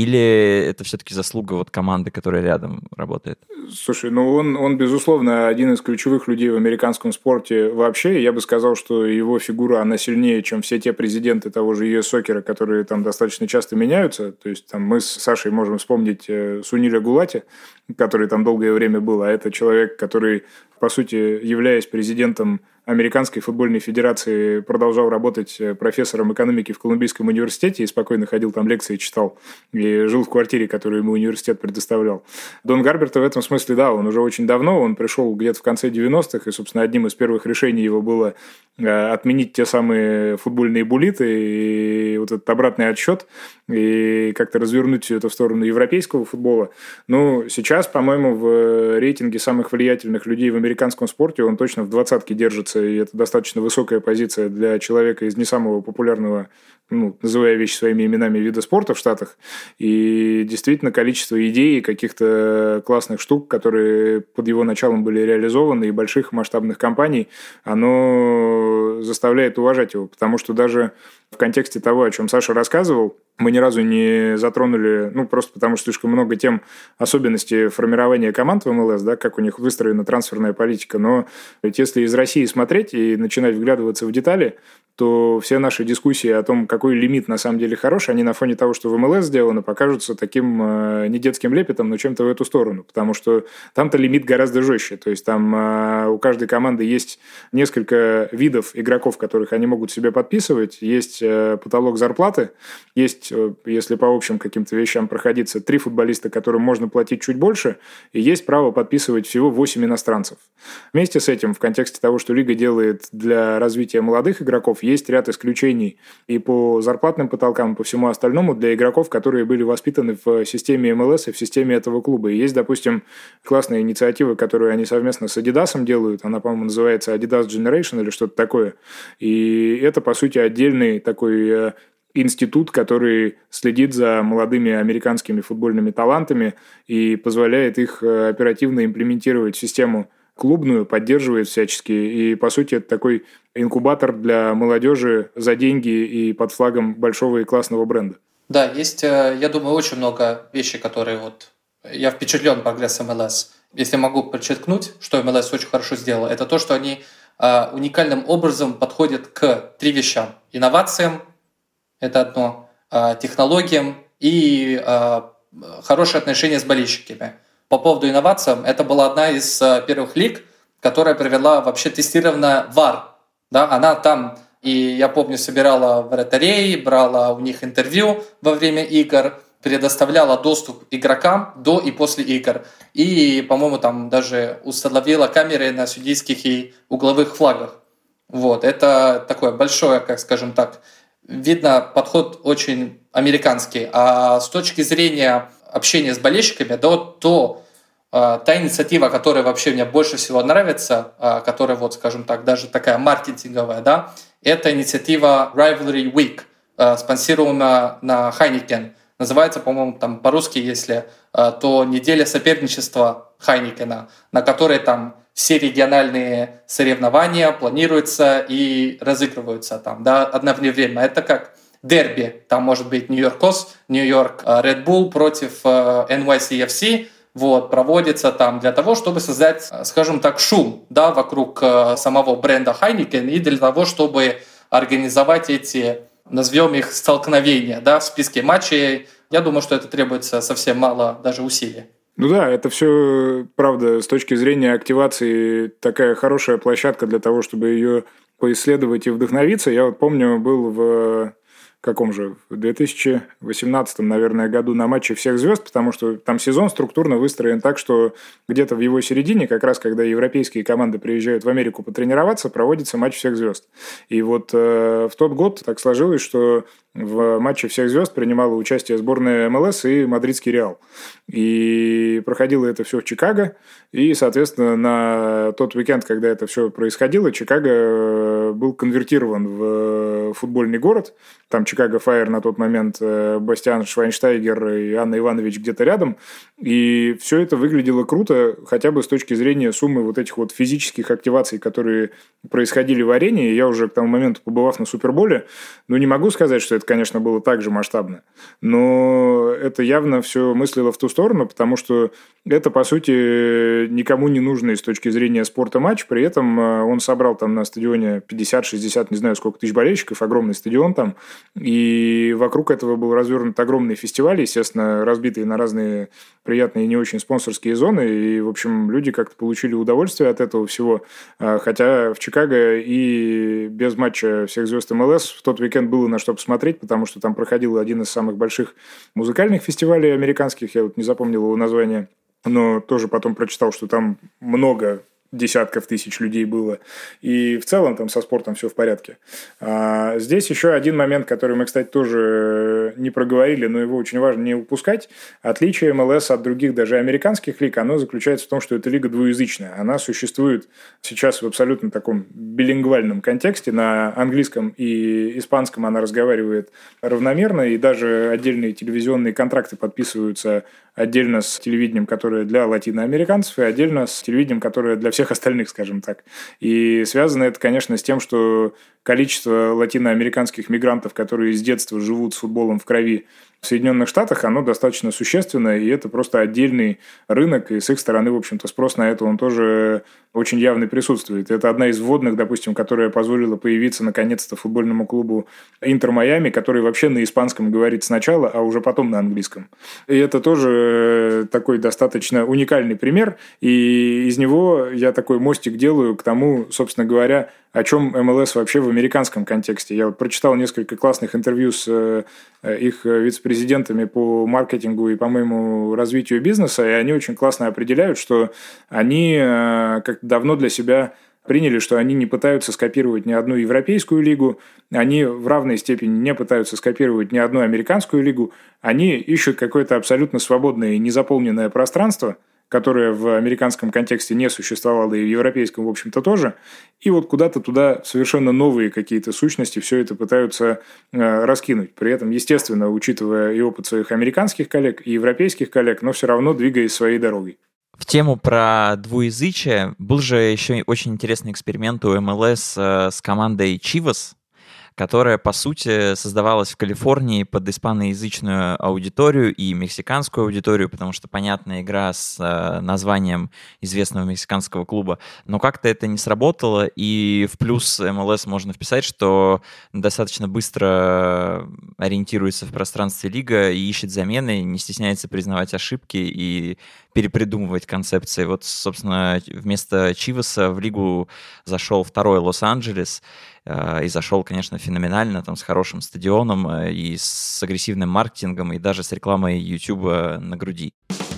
или это все-таки заслуга вот команды, которая рядом работает? Слушай, ну он, он, безусловно, один из ключевых людей в американском спорте вообще. Я бы сказал, что его фигура, она сильнее, чем все те президенты того же ю эс Soccer, которые там достаточно часто меняются. То есть там мы с Сашей можем вспомнить Суниля Гулати, который там долгое время был, а это человек, который, по сути, являясь президентом Американской футбольной федерации, продолжал работать профессором экономики в Колумбийском университете и спокойно ходил там лекции, читал и жил в квартире, которую ему университет предоставлял. Дон Гарбер-то в этом смысле, да, он уже очень давно, он пришел где-то в конце девяностых, и, собственно, одним из первых решений его было отменить те самые футбольные буллиты и вот этот обратный отсчет, и как-то развернуть все это в сторону европейского футбола. Ну, сейчас, по-моему, в рейтинге самых влиятельных людей в американском спорте он точно в двадцатке держится, и это достаточно высокая позиция для человека из не самого популярного, ну, называя вещи своими именами, вида спорта в Штатах. И действительно количество идей и каких-то классных штук, которые под его началом были реализованы, и больших масштабных компаний, оно заставляет уважать его. Потому что даже в контексте того, о чем Саша рассказывал, мы ни разу не затронули, ну, просто потому что слишком много тем особенностей формирования команд в эм эл эс, да, как у них выстроена трансферная политика. Но ведь если из России смотреть и начинать вглядываться в детали, то все наши дискуссии о том, какой лимит на самом деле хороший, они на фоне того, что в эм эл эс сделано, покажутся таким э, не детским лепетом, но чем-то в эту сторону. Потому что там-то лимит гораздо жестче. То есть там э, у каждой команды есть несколько видов игроков, которых они могут себе подписывать. Есть э, потолок зарплаты, есть, э, если по общим каким-то вещам проходиться, три футболиста, которым можно платить чуть больше, и есть право подписывать всего восемь иностранцев. Вместе с этим, в контексте того, что Лига делает для развития молодых игроков, есть ряд исключений и по зарплатным потолкам, и по всему остальному для игроков, которые были воспитаны в системе эм эл эс и в системе этого клуба. И есть, допустим, классная инициатива, которую они совместно с Adidas делают. Она, по-моему, называется Adidas Generation или что-то такое. И это, по сути, отдельный такой институт, который следит за молодыми американскими футбольными талантами и позволяет их оперативно имплементировать в систему клубную, поддерживает всячески. И, по сути, это такой инкубатор для молодежи за деньги и под флагом большого и классного бренда. Да, есть, я думаю, очень много вещей, которые вот... Я впечатлен прогрессом эм эл эс. Если могу подчеркнуть, что эм эл эс очень хорошо сделал, это то, что они уникальным образом подходят к три вещам. Инновациям, это одно, технологиям и хорошие отношения с болельщиками. По поводу инноваций, это была одна из первых лиг, которая провела вообще тестирование вар. Да, она там, и я помню, собирала вратарей, брала у них интервью во время игр, предоставляла доступ игрокам до и после игр. И, по-моему, там даже установила камеры на судейских и угловых флагах. Вот, это такое большое, как скажем так, видно, подход очень американский. А с точки зрения общения с болельщиками, да, то э, та инициатива, которая вообще мне больше всего нравится, э, которая, вот, скажем так, даже такая маркетинговая, да, это инициатива Rivalry Week, э, спонсируемая на Heineken. Называется, по-моему, там по-русски, если, э, то неделя соперничества Хайникена, на которой там все региональные соревнования планируются и разыгрываются там, да, одновременно. Это как дерби. Там может быть Нью-Йорк Кос, Нью-Йорк Red Bull против эн уай си эф си. Вот, проводится там для того, чтобы создать, скажем так, шум, да, вокруг самого бренда Heineken и для того, чтобы организовать эти, назовем их, столкновения, да, в списке матчей. Я думаю, что это требуется совсем мало даже усилий. Ну да, это все, правда, с точки зрения активации такая хорошая площадка для того, чтобы ее поисследовать и вдохновиться. Я вот помню, был в каком же, в две тысячи восемнадцатом, наверное, году на матче всех звезд, потому что там сезон структурно выстроен так, что где-то в его середине, как раз когда европейские команды приезжают в Америку потренироваться, проводится матч всех звезд. И вот э, в тот год так сложилось, что в матче всех звезд принимала участие сборная эм эл эс и мадридский Реал. И проходило это все в Чикаго. И, соответственно, на тот уикенд, когда это все происходило, Чикаго был конвертирован в футбольный город. Там Чикаго Файр на тот момент, Бастиан Швайнштайгер и Анна Иванович где-то рядом. И все это выглядело круто, хотя бы с точки зрения суммы вот этих вот физических активаций, которые происходили в арене. И я уже к тому моменту, побывав на Суперболе, ну, не могу сказать, что это, конечно, было так же масштабно. Но это явно все мыслило в ту сторону, потому что это, по сути, никому не нужный с точки зрения спорта матч. При этом он собрал там на стадионе пятьдесят-шестьдесят, не знаю, сколько тысяч болельщиков, огромный стадион там. И вокруг этого был развернут огромный фестиваль, естественно, разбитый на разные приятные и не очень спонсорские зоны. И, в общем, люди как-то получили удовольствие от этого всего. Хотя в Чикаго и без матча всех звезд эм эл эс в тот уикенд было на что посмотреть, потому что там проходил один из самых больших музыкальных фестивалей американских. Я вот не запомнил его название, но тоже потом прочитал, что там много десятков тысяч людей было. И в целом там со спортом все в порядке. А здесь еще один момент, который мы, кстати, тоже не проговорили, но его очень важно не упускать. Отличие эм эл эс от других даже американских лиг, оно заключается в том, что эта лига двуязычная. Она существует сейчас в абсолютно таком билингвальном контексте. На английском и испанском она разговаривает равномерно, и даже отдельные телевизионные контракты подписываются отдельно с телевидением, которое для латиноамериканцев, и отдельно с телевидением, которое для всех остальных, скажем так. И связано это, конечно, с тем, что количество латиноамериканских мигрантов, которые с детства живут с футболом в крови в Соединенных Штатах, оно достаточно существенное, и это просто отдельный рынок, и с их стороны, в общем-то, спрос на это, он тоже очень явно присутствует. Это одна из вводных, допустим, которая позволила появиться, наконец-то, футбольному клубу Интер Майами, который вообще на испанском говорит сначала, а уже потом на английском. И это тоже такой достаточно уникальный пример, и из него я такой мостик делаю к тому, собственно говоря, о чем эм эл эс вообще в американском контексте. Я вот прочитал несколько классных интервью с их вице-президентами по маркетингу и, по-моему, развитию бизнеса, и они очень классно определяют, что они как давно для себя приняли, что они не пытаются скопировать ни одну европейскую лигу, они в равной степени не пытаются скопировать ни одну американскую лигу, они ищут какое-то абсолютно свободное и незаполненное пространство, которое в американском контексте не существовало и в европейском, в общем-то, тоже. И вот куда-то туда совершенно новые какие-то сущности все это пытаются э, раскинуть. При этом, естественно, учитывая и опыт своих американских коллег, и европейских коллег, но все равно двигаясь своей дорогой. В тему про двуязычие был же еще очень интересный эксперимент у эм эл эс э, с командой Chivas, которая, по сути, создавалась в Калифорнии под испаноязычную аудиторию и мексиканскую аудиторию, потому что понятная игра с э, названием известного мексиканского клуба. Но как-то это не сработало, и в плюс эм эл эс можно вписать, что достаточно быстро ориентируется в пространстве лига и ищет замены, не стесняется признавать ошибки и перепридумывать концепции. Вот, собственно, вместо Чиваса в лигу зашел второй Лос-Анджелес, и зашел, конечно, феноменально, там, с хорошим стадионом, и с агрессивным маркетингом, и даже с рекламой YouTube на груди.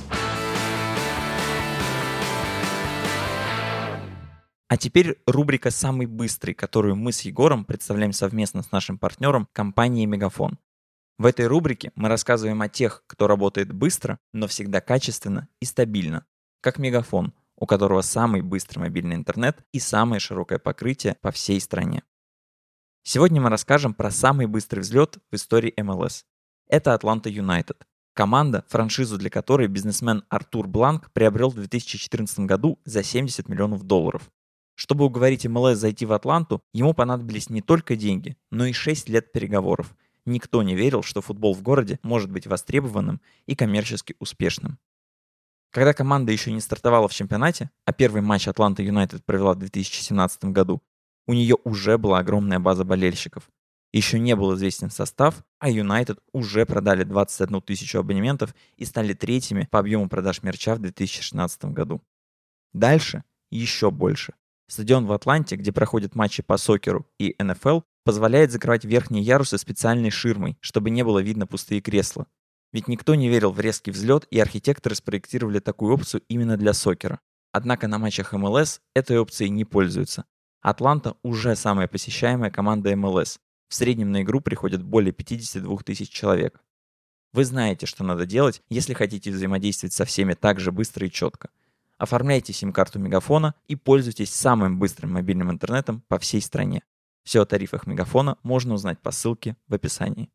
А теперь рубрика «Самый быстрый», которую мы с Егором представляем совместно с нашим партнером компанией Мегафон. В этой рубрике мы рассказываем о тех, кто работает быстро, но всегда качественно и стабильно, как Мегафон, у которого самый быстрый мобильный интернет и самое широкое покрытие по всей стране. Сегодня мы расскажем про самый быстрый взлет в истории эм эл эс. Это Атланта Юнайтед. Команда, франшизу для которой бизнесмен Артур Бланк приобрел в две тысячи четырнадцатом году за семьдесят миллионов долларов. Чтобы уговорить эм эл эс зайти в Атланту, ему понадобились не только деньги, но и шесть лет переговоров. Никто не верил, что футбол в городе может быть востребованным и коммерчески успешным. Когда команда еще не стартовала в чемпионате, а первый матч Атланта Юнайтед провела в две тысячи семнадцатом году, у нее уже была огромная база болельщиков. Еще не был известен состав, а Юнайтед уже продали двадцать одну тысячу абонементов и стали третьими по объему продаж мерча в две тысячи шестнадцатом году. Дальше еще больше. Стадион в Атланте, где проходят матчи по сокеру и эн эф эл, позволяет закрывать верхние ярусы специальной ширмой, чтобы не было видно пустые кресла. Ведь никто не верил в резкий взлет, и архитекторы спроектировали такую опцию именно для сокера. Однако на матчах эм эл эс этой опцией не пользуются. Атланта уже самая посещаемая команда эм эл эс. В среднем на игру приходят более пятьдесят два тысяч человек. Вы знаете, что надо делать, если хотите взаимодействовать со всеми так же быстро и четко. Оформляйте сим-карту Мегафона и пользуйтесь самым быстрым мобильным интернетом по всей стране. Все о тарифах Мегафона можно узнать по ссылке в описании.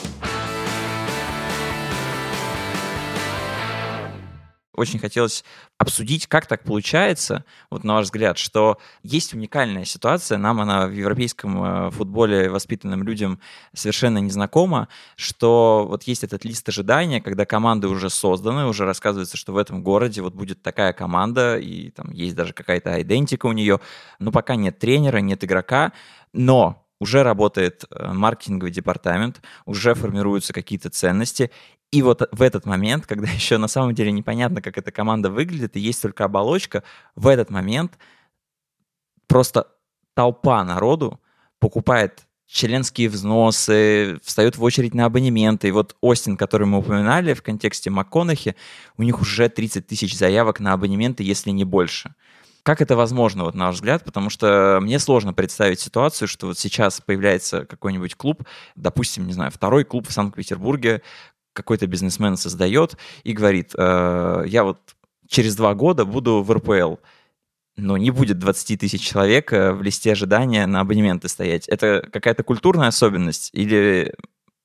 Очень хотелось обсудить, как так получается, вот на ваш взгляд, что есть уникальная ситуация, нам она в европейском футболе воспитанным людям совершенно незнакома, что вот есть этот лист ожидания, когда команды уже созданы, уже рассказывается, что в этом городе вот будет такая команда, и там есть даже какая-то айдентика у нее, но пока нет тренера, нет игрока, но уже работает маркетинговый департамент, уже формируются какие-то ценности. И вот в этот момент, когда еще на самом деле непонятно, как эта команда выглядит, и есть только оболочка, в этот момент просто толпа народу покупает членские взносы, встает в очередь на абонементы. И вот Остин, который мы упоминали в контексте МакКонахи, у них уже тридцать тысяч заявок на абонементы, если не больше. Как это возможно, вот на ваш взгляд? Потому что мне сложно представить ситуацию, что вот сейчас появляется какой-нибудь клуб, допустим, не знаю, второй клуб в Санкт-Петербурге, какой-то бизнесмен создает и говорит, э, я вот через два года буду в эр пэ эл, но не будет двадцать тысяч человек в листе ожидания на абонементы стоять. Это какая-то культурная особенность или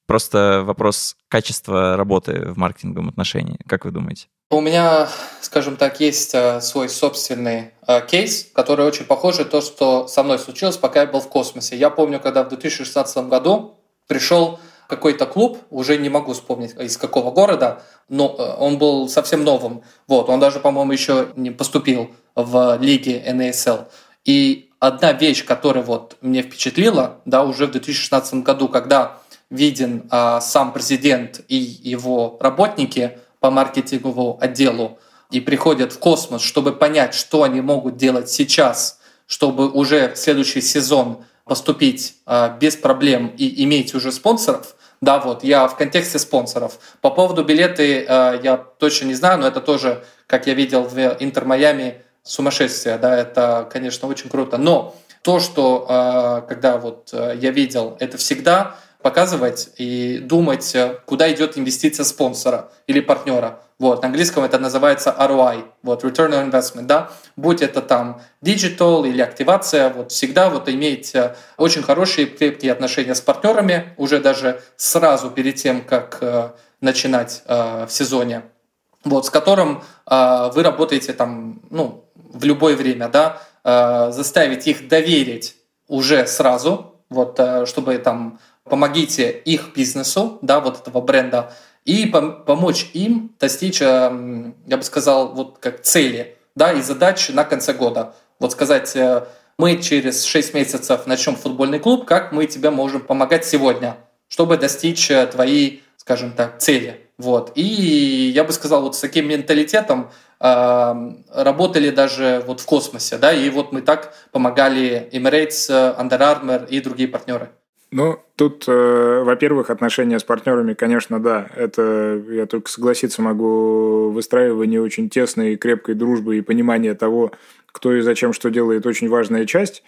просто вопрос качества работы в маркетинговом отношении? Как вы думаете? У меня, скажем так, есть свой собственный кейс, который очень похож на то, что со мной случилось, пока я был в космосе. Я помню, когда в две тысячи шестнадцатом году пришел какой-то клуб, уже не могу вспомнить, из какого города, но он был совсем новым. Вот, он даже, по-моему, еще не поступил в лиге эн эс эл. И одна вещь, которая вот мне впечатлила, да, уже в две тысячи шестнадцатом году, когда виден а, сам президент и его работники по маркетинговому отделу и приходят в космос, чтобы понять, что они могут делать сейчас, чтобы уже в следующий сезон поступить а, без проблем и иметь уже спонсоров. Да, вот, я в контексте спонсоров. По поводу билеты а, я точно не знаю, но это тоже, как я видел в Интер Майами, сумасшествие, да, это, конечно, очень круто. Но то, что а, когда вот я видел, это всегда показывать и думать, куда идет инвестиция спонсора или партнера. Вот, на английском это называется ар о ай, вот, Return on Investment, да, будь это там digital или активация, вот, всегда вот иметь очень хорошие крепкие отношения с партнерами, уже даже сразу перед тем, как э, начинать э, в сезоне, вот, с которым э, вы работаете там, ну, в любое время, да, э, заставить их доверить уже сразу, вот, э, чтобы там помогите их бизнесу, да, вот этого бренда, и пом- помочь им достичь, я бы сказал, вот как цели, да, и задач на конце года. Вот сказать, мы через шесть месяцев начнем футбольный клуб, как мы тебе можем помогать сегодня, чтобы достичь твоей, скажем так, цели. Вот. И я бы сказал, вот с таким менталитетом э, работали даже вот в космосе, да, и вот мы так помогали Emirates, Under Armour и другие партнеры. Ну, тут, э, во-первых, отношения с партнерами, конечно, да, это, я только согласиться могу, выстраивание очень тесной и крепкой дружбы и понимание того, кто и зачем что делает, очень важная часть.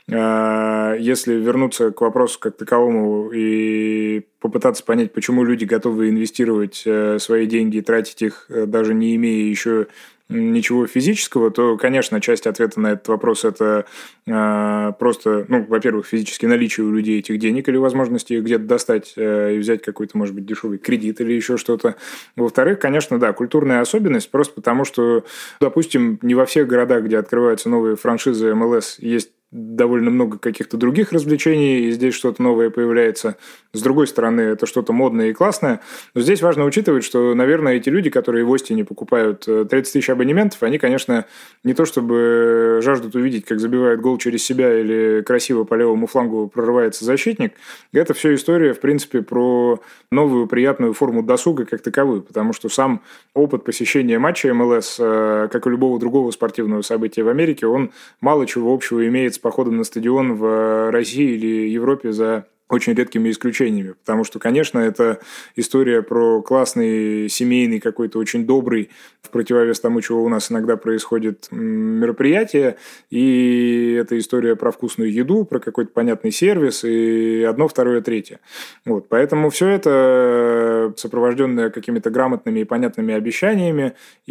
Э, если вернуться к вопросу как таковому и попытаться понять, почему люди готовы инвестировать э, свои деньги и тратить их, э, даже не имея еще ничего физического, то, конечно, часть ответа на этот вопрос – это э, просто, ну, во-первых, физически наличие у людей этих денег или возможности их где-то достать э, и взять какой-то, может быть, дешевый кредит или еще что-то. Во-вторых, конечно, да, культурная особенность, просто потому что, допустим, не во всех городах, где открываются новые франшизы эм эл эс, есть довольно много каких-то других развлечений, и здесь что-то новое появляется. С другой стороны, это что-то модное и классное. Но здесь важно учитывать, что, наверное, эти люди, которые в Остине покупают тридцать тысяч абонементов, они, конечно, не то чтобы жаждут увидеть, как забивает гол через себя или красиво по левому флангу прорывается защитник. Это все история, в принципе, про новую приятную форму досуга как таковую, потому что сам опыт посещения матча эм эл эс, как и любого другого спортивного события в Америке, он мало чего общего имеет с походом на стадион в России или Европе за очень редкими исключениями, потому что, конечно, это история про классный, семейный, какой-то очень добрый, в противовес тому, чего у нас иногда происходит, мероприятие, и это история про вкусную еду, про какой-то понятный сервис, и одно, второе, третье. Вот, поэтому все это сопровожденное какими-то грамотными и понятными обещаниями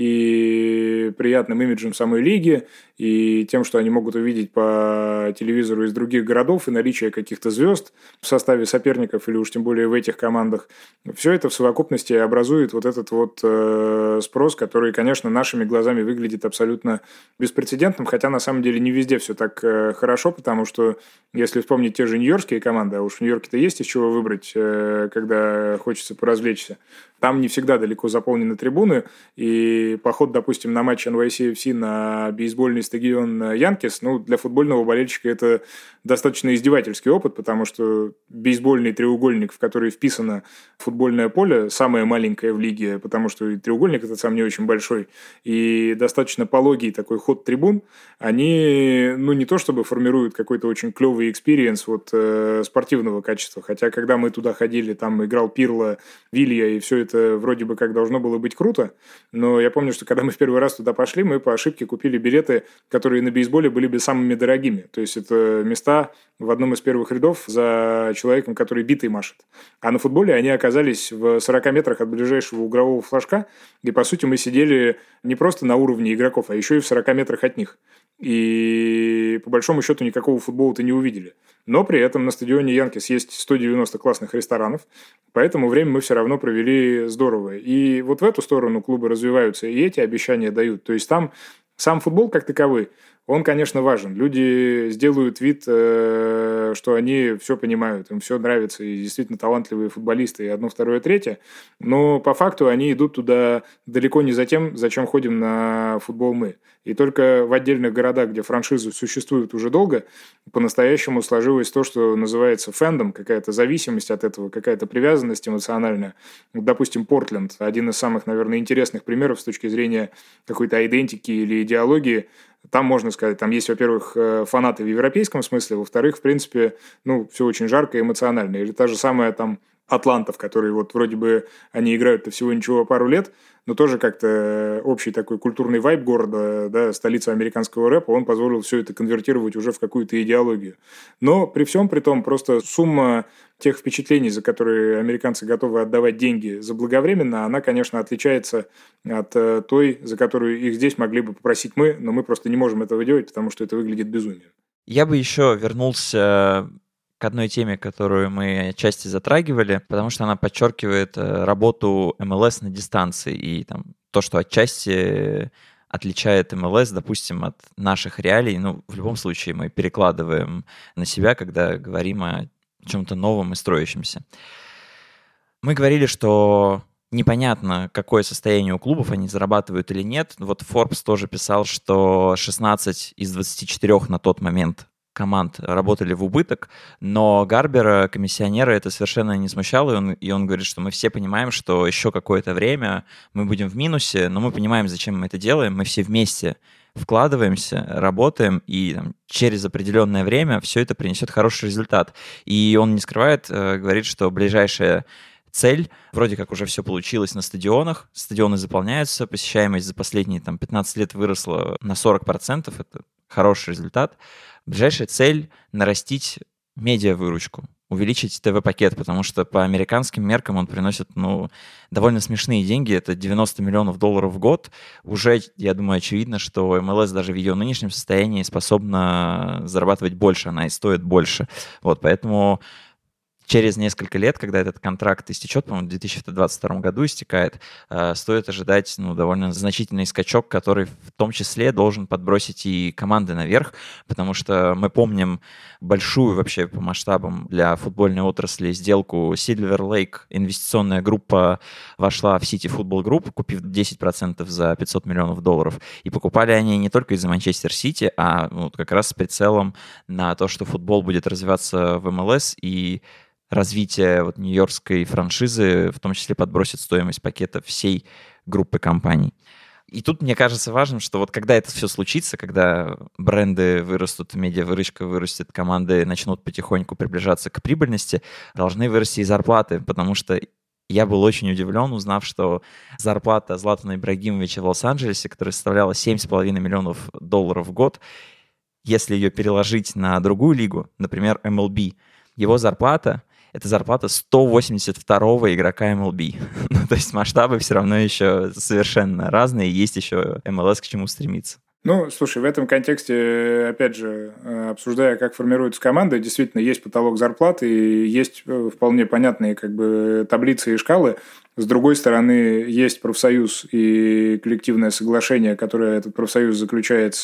и приятным имиджем самой лиги, и тем, что они могут увидеть по телевизору из других городов, и наличие каких-то звезд в составе соперников, или уж тем более в этих командах, все это в совокупности образует вот этот вот э, спрос, который, конечно, нашими глазами выглядит абсолютно беспрецедентным, хотя на самом деле не везде все так э, хорошо, потому что, если вспомнить те же нью-йоркские команды, а уж в Нью-Йорке-то есть из чего выбрать, э, когда хочется поразвлечься, там не всегда далеко заполнены трибуны, и поход, допустим, на матч эн вай си эф си на бейсбольный стадион Янкис, ну, для футбольного болельщика это достаточно издевательский опыт, потому что бейсбольный треугольник, в который вписано футбольное поле, самое маленькое в лиге, потому что и треугольник этот сам не очень большой, и достаточно пологий такой ход трибун, они, ну, не то чтобы формируют какой-то очень клевый экспириенс вот, э, спортивного качества, хотя когда мы туда ходили, там играл Пирло, Вилья, и все это вроде бы как должно было быть круто, но я помню, что когда мы в первый раз туда пошли, мы по ошибке купили билеты, которые на бейсболе были бы самыми дорогими, то есть это места в одном из первых рядов за человеком, который битой машет. А на футболе они оказались в сорока метрах от ближайшего углового флажка, и, по сути, мы сидели не просто на уровне игроков, а еще и в сорока метрах от них. и по большому счету никакого футбола-то не увидели. Но при этом на стадионе Янкис есть сто девяносто классных ресторанов, поэтому время мы все равно провели здорово. И вот в эту сторону клубы развиваются, и эти обещания дают. То есть там сам футбол как таковой, он, конечно, важен. Люди сделают вид, что они все понимают, им все нравится, и действительно талантливые футболисты, и одно, второе, третье. Но по факту они идут туда далеко не за тем, зачем ходим на футбол мы. И только в отдельных городах, где франшизы существуют уже долго, по-настоящему сложилось то, что называется фэндом, какая-то зависимость от этого, какая-то привязанность эмоциональная. Вот, допустим, Портленд, один из самых, наверное, интересных примеров с точки зрения какой-то идентики или идеологии. Там, можно сказать, там есть, во-первых, фанаты в европейском смысле, во-вторых, в принципе, ну, все очень жарко и эмоционально. Или та же самая там Атланта, в которой вот вроде бы они играют-то всего ничего пару лет, но тоже как-то общий такой культурный вайб города, да, столица американского рэпа, он позволил все это конвертировать уже в какую-то идеологию. Но при всем при том, просто сумма тех впечатлений, за которые американцы готовы отдавать деньги заблаговременно, она, конечно, отличается от той, за которую их здесь могли бы попросить мы, но мы просто не можем этого делать, потому что это выглядит безумием. Я бы еще вернулся к одной теме, которую мы отчасти затрагивали, потому что она подчеркивает работу эм эл эс на дистанции и там, то, что отчасти отличает эм эл эс, допустим, от наших реалий. Ну, в любом случае мы перекладываем на себя, когда говорим о чем-то новом и строящемся. Мы говорили, что непонятно, какое состояние у клубов, они зарабатывают или нет. Вот Forbes тоже писал, что шестнадцать из двадцати четырёх на тот момент команд работали в убыток, но Гарбера, комиссионера, это совершенно не смущало, и он, и он говорит, что мы все понимаем, что еще какое-то время мы будем в минусе, но мы понимаем, зачем мы это делаем, мы все вместе вкладываемся, работаем, и там, через определенное время все это принесет хороший результат. И он не скрывает, э, говорит, что ближайшая цель, вроде как уже все получилось на стадионах, стадионы заполняются, посещаемость за последние там, пятнадцать лет выросла на сорок процентов, это хороший результат. Ближайшая цель — нарастить медиавыручку, увеличить ТВ-пакет, потому что по американским меркам он приносит, ну, довольно смешные деньги, это девяносто миллионов долларов в год. Уже, я думаю, очевидно, что эм эл эс даже в ее нынешнем состоянии способна зарабатывать больше, она и стоит больше. Вот, поэтому через несколько лет, когда этот контракт истечет, по-моему, в две тысячи двадцать втором году истекает, э, стоит ожидать ну, довольно значительный скачок, который в том числе должен подбросить и команды наверх, потому что мы помним большую вообще по масштабам для футбольной отрасли сделку Silver Lake. Инвестиционная группа вошла в City Football Group, купив десять процентов за пятьсот миллионов долларов. И покупали они не только из-за Манчестер Сити, а ну, как раз с прицелом на то, что футбол будет развиваться в эм эл эс, и развитие вот нью-йоркской франшизы в том числе подбросит стоимость пакета всей группы компаний. И тут мне кажется важным, что вот когда это все случится, когда бренды вырастут, медиавыручка вырастет, команды начнут потихоньку приближаться к прибыльности, должны вырасти и зарплаты, потому что я был очень удивлен, узнав, что зарплата Златана Ибрагимовича в Лос-Анджелесе, которая составляла семь с половиной миллионов долларов в год, если ее переложить на другую лигу, например, эм эл би, его зарплата — это зарплата сто восемьдесят второго игрока эм эл би. Ну, то есть масштабы все равно еще совершенно разные, есть еще эм эл эс к чему стремиться. Ну, слушай, в этом контексте, опять же, обсуждая, как формируются команды, действительно есть потолок зарплаты и есть вполне понятные как бы таблицы и шкалы. С другой стороны, есть профсоюз и коллективное соглашение, которое этот профсоюз заключает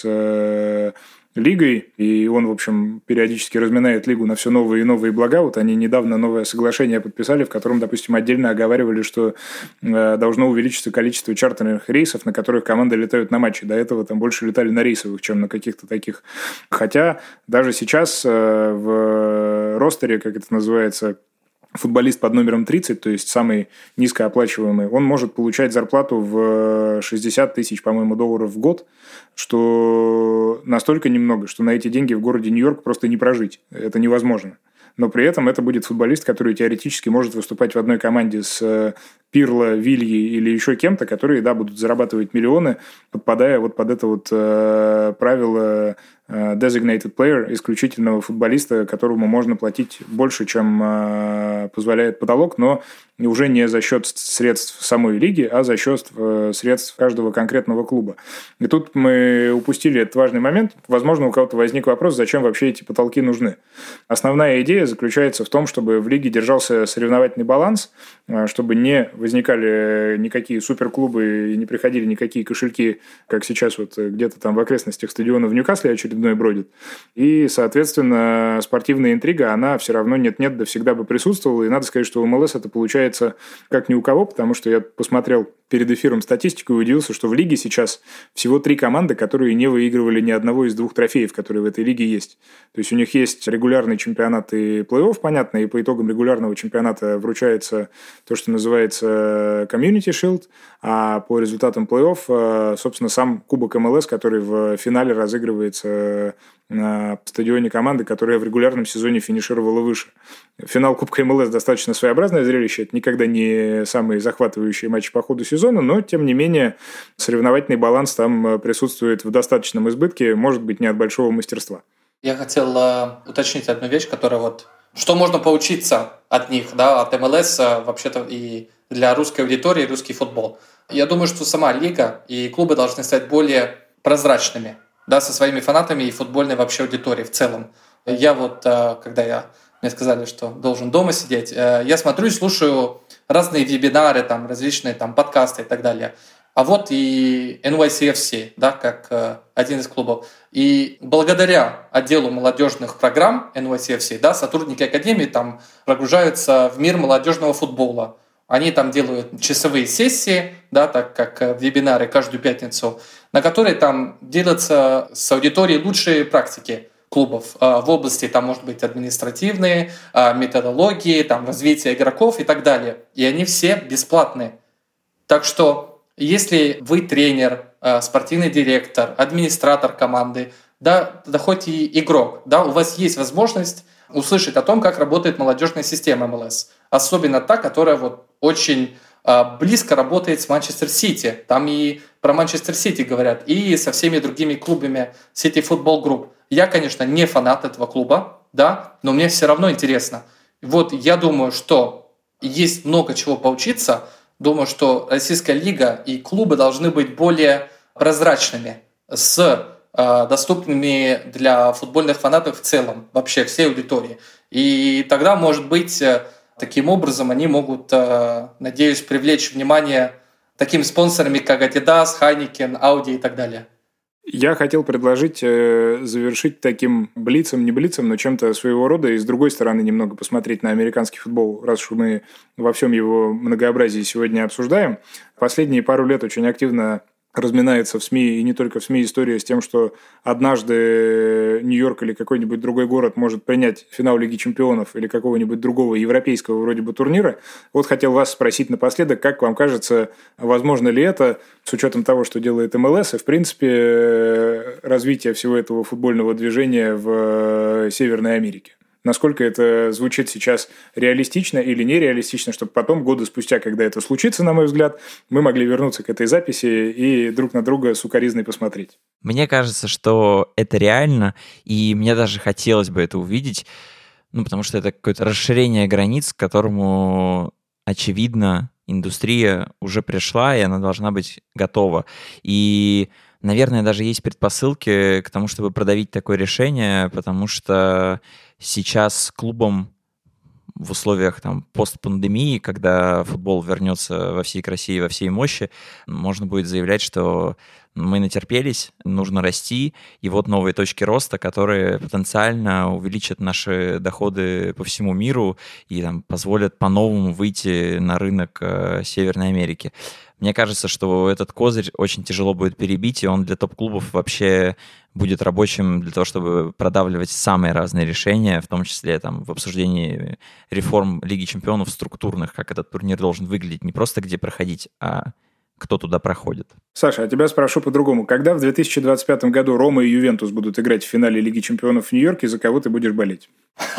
с лигой, и он, в общем, периодически разминает лигу на все новые и новые блага. Вот они недавно новое соглашение подписали, в котором, допустим, отдельно оговаривали, что э, должно увеличиться количество чартерных рейсов, на которых команды летают на матчи. До этого там больше летали на рейсовых, чем на каких-то таких. Хотя даже сейчас э, в ростере, как это называется, футболист под номером тридцать, то есть самый низкооплачиваемый, он может получать зарплату в шестьдесят тысяч, по-моему, долларов в год, что настолько немного, что на эти деньги в городе Нью-Йорк просто не прожить. Это невозможно. Но при этом это будет футболист, который теоретически может выступать в одной команде с Пирло, Вильей или еще кем-то, которые, да, будут зарабатывать миллионы, подпадая вот под это вот э, правило designated player, исключительного футболиста, которому можно платить больше, чем позволяет потолок, но уже не за счет средств самой лиги, а за счет средств каждого конкретного клуба. И тут мы упустили этот важный момент. Возможно, у кого-то возник вопрос, зачем вообще эти потолки нужны. Основная идея заключается в том, чтобы в лиге держался соревновательный баланс, чтобы не возникали никакие суперклубы и не приходили никакие кошельки, как сейчас вот где-то там в окрестностях стадиона в Ньюкасле очередной бродит. И, соответственно, спортивная интрига, она все равно нет-нет, да всегда бы присутствовала. И надо сказать, что у эм эл эс это получается как ни у кого, потому что я посмотрел перед эфиром статистику и удивился, что в лиге сейчас всего три команды, которые не выигрывали ни одного из двух трофеев, которые в этой лиге есть. То есть у них есть регулярный чемпионат и плей-офф, понятно, и по итогам регулярного чемпионата вручается то, что называется Community Shield, а по результатам плей-офф, собственно, сам Кубок эм эл эс, который в финале разыгрывается на стадионе команды, которая в регулярном сезоне финишировала выше. Финал Кубка эм эл эс достаточно своеобразное зрелище. Это никогда не самые захватывающие матчи по ходу сезона, но, тем не менее, соревновательный баланс там присутствует в достаточном избытке, может быть, не от большого мастерства. Я хотел э, уточнить одну вещь, которая вот... Что можно поучиться от них, да, от эм эл эс, э, вообще-то и для русской аудитории, русский футбол. Я думаю, что сама лига и клубы должны стать более прозрачными, да, со своими фанатами и футбольной вообще аудиторией в целом. Я вот, когда я, мне сказали, что должен дома сидеть, я смотрю и слушаю разные вебинары, там, различные там, подкасты и так далее. А вот и эн уай си эф си, да, как один из клубов. И благодаря отделу молодежных программ эн уай си эф си, да, сотрудники академии там прогружаются в мир молодежного футбола. Они там делают часовые сессии, да, так как вебинары каждую пятницу, на которые там делятся с аудиторией лучшие практики клубов в области, там, может быть, административные, методологии, там, развития игроков и так далее. И они все бесплатные. Так что, если вы тренер, спортивный директор, администратор команды, да, да хоть и игрок, да, у вас есть возможность услышать о том, как работает молодежная система эм эл эс. Особенно та, которая вот очень э, близко работает с Манчестер Сити. Там и про Манчестер Сити говорят, и со всеми другими клубами City Football Group. Я, конечно, не фанат этого клуба, да, но мне все равно интересно. Вот я думаю, что есть много чего поучиться. Думаю, что Российская лига и клубы должны быть более прозрачными, с э, доступными для футбольных фанатов в целом, вообще всей аудитории. И тогда, может быть, таким образом они могут, надеюсь, привлечь внимание таким спонсорами, как Adidas, Heineken, Audi и так далее. Я хотел предложить завершить таким блицем, не блицем, но чем-то своего рода, и с другой стороны немного посмотреть на американский футбол, раз уж мы во всем его многообразии сегодня обсуждаем. Последние пару лет очень активно разминается в СМИ, и не только в СМИ, история с тем, что однажды Нью-Йорк или какой-нибудь другой город может принять финал Лиги Чемпионов или какого-нибудь другого европейского вроде бы турнира. Вот хотел вас спросить напоследок, как вам кажется, возможно ли это, с учетом того, что делает эм эл эс, и, в принципе, развитие всего этого футбольного движения в Северной Америке? Насколько это звучит сейчас реалистично или нереалистично, чтобы потом, годы спустя, когда это случится, на мой взгляд, мы могли вернуться к этой записи и друг на друга сукоризной посмотреть. Мне кажется, что это реально, и мне даже хотелось бы это увидеть, ну, потому что это какое-то расширение границ, к которому, очевидно, индустрия уже пришла, и она должна быть готова. И, наверное, даже есть предпосылки к тому, чтобы продавить такое решение, потому что сейчас клубам в условиях там, постпандемии, когда футбол вернется во всей красе и во всей мощи, можно будет заявлять, что мы натерпелись, нужно расти, и вот новые точки роста, которые потенциально увеличат наши доходы по всему миру и там, позволят по-новому выйти на рынок э, Северной Америки. Мне кажется, что этот козырь очень тяжело будет перебить, и он для топ-клубов вообще будет рабочим для того, чтобы продавливать самые разные решения, в том числе там, в обсуждении реформ Лиги Чемпионов структурных, как этот турнир должен выглядеть, не просто где проходить, а кто туда проходит. Саша, а тебя спрошу по-другому. Когда в две тысячи двадцать пятом году Рома и Ювентус будут играть в финале Лиги Чемпионов в Нью-Йорке, за кого ты будешь болеть?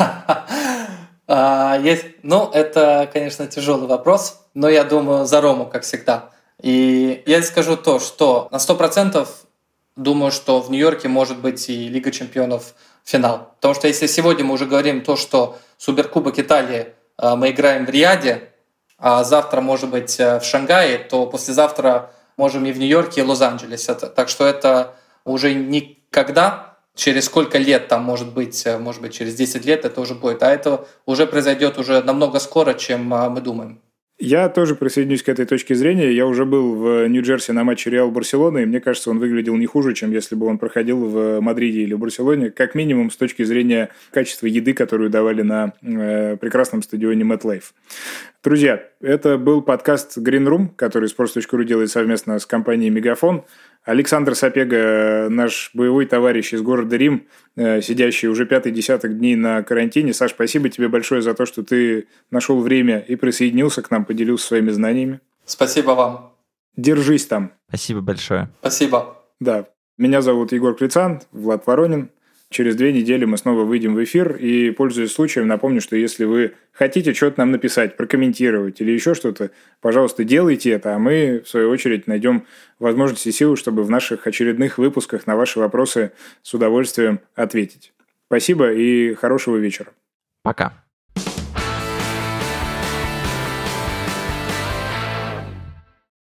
Есть, ну, это, конечно, тяжелый вопрос, но я думаю за Рому, как всегда. И я скажу то, что на сто процентов думаю, что в Нью-Йорке может быть и Лига чемпионов финал. Потому что если сегодня мы уже говорим то, что Суперкубок Италии мы играем в Риаде, а завтра, может быть, в Шанхае, то послезавтра можем и в Нью-Йорке, и в Лос-Анджелесе. Так что это уже никогда, через сколько лет, там, может быть, может быть, через десять лет это уже будет. А это уже произойдет уже намного скоро, чем мы думаем. Я тоже присоединюсь к этой точке зрения. Я уже был в Нью-Джерси на матче Реал-Барселона, и мне кажется, он выглядел не хуже, чем если бы он проходил в Мадриде или в Барселоне, как минимум с точки зрения качества еды, которую давали на э, прекрасном стадионе MetLife. Друзья, это был подкаст Green Room, который sports точка ru делает совместно с компанией Мегафон. Александр Сапега, наш боевой товарищ из города Рим, сидящий уже пятый десяток дней на карантине. Саш, спасибо тебе большое за то, что ты нашел время и присоединился к нам, поделился своими знаниями. Спасибо вам. Держись там. Спасибо большое. Спасибо. Да. Меня зовут Егор Клицан, Влад Воронин. Через две недели мы снова выйдем в эфир. И, пользуясь случаем, напомню, что если вы хотите что-то нам написать, прокомментировать или еще что-то, пожалуйста, делайте это, а мы, в свою очередь, найдем возможности и силы, чтобы в наших очередных выпусках на ваши вопросы с удовольствием ответить. Спасибо и хорошего вечера. Пока.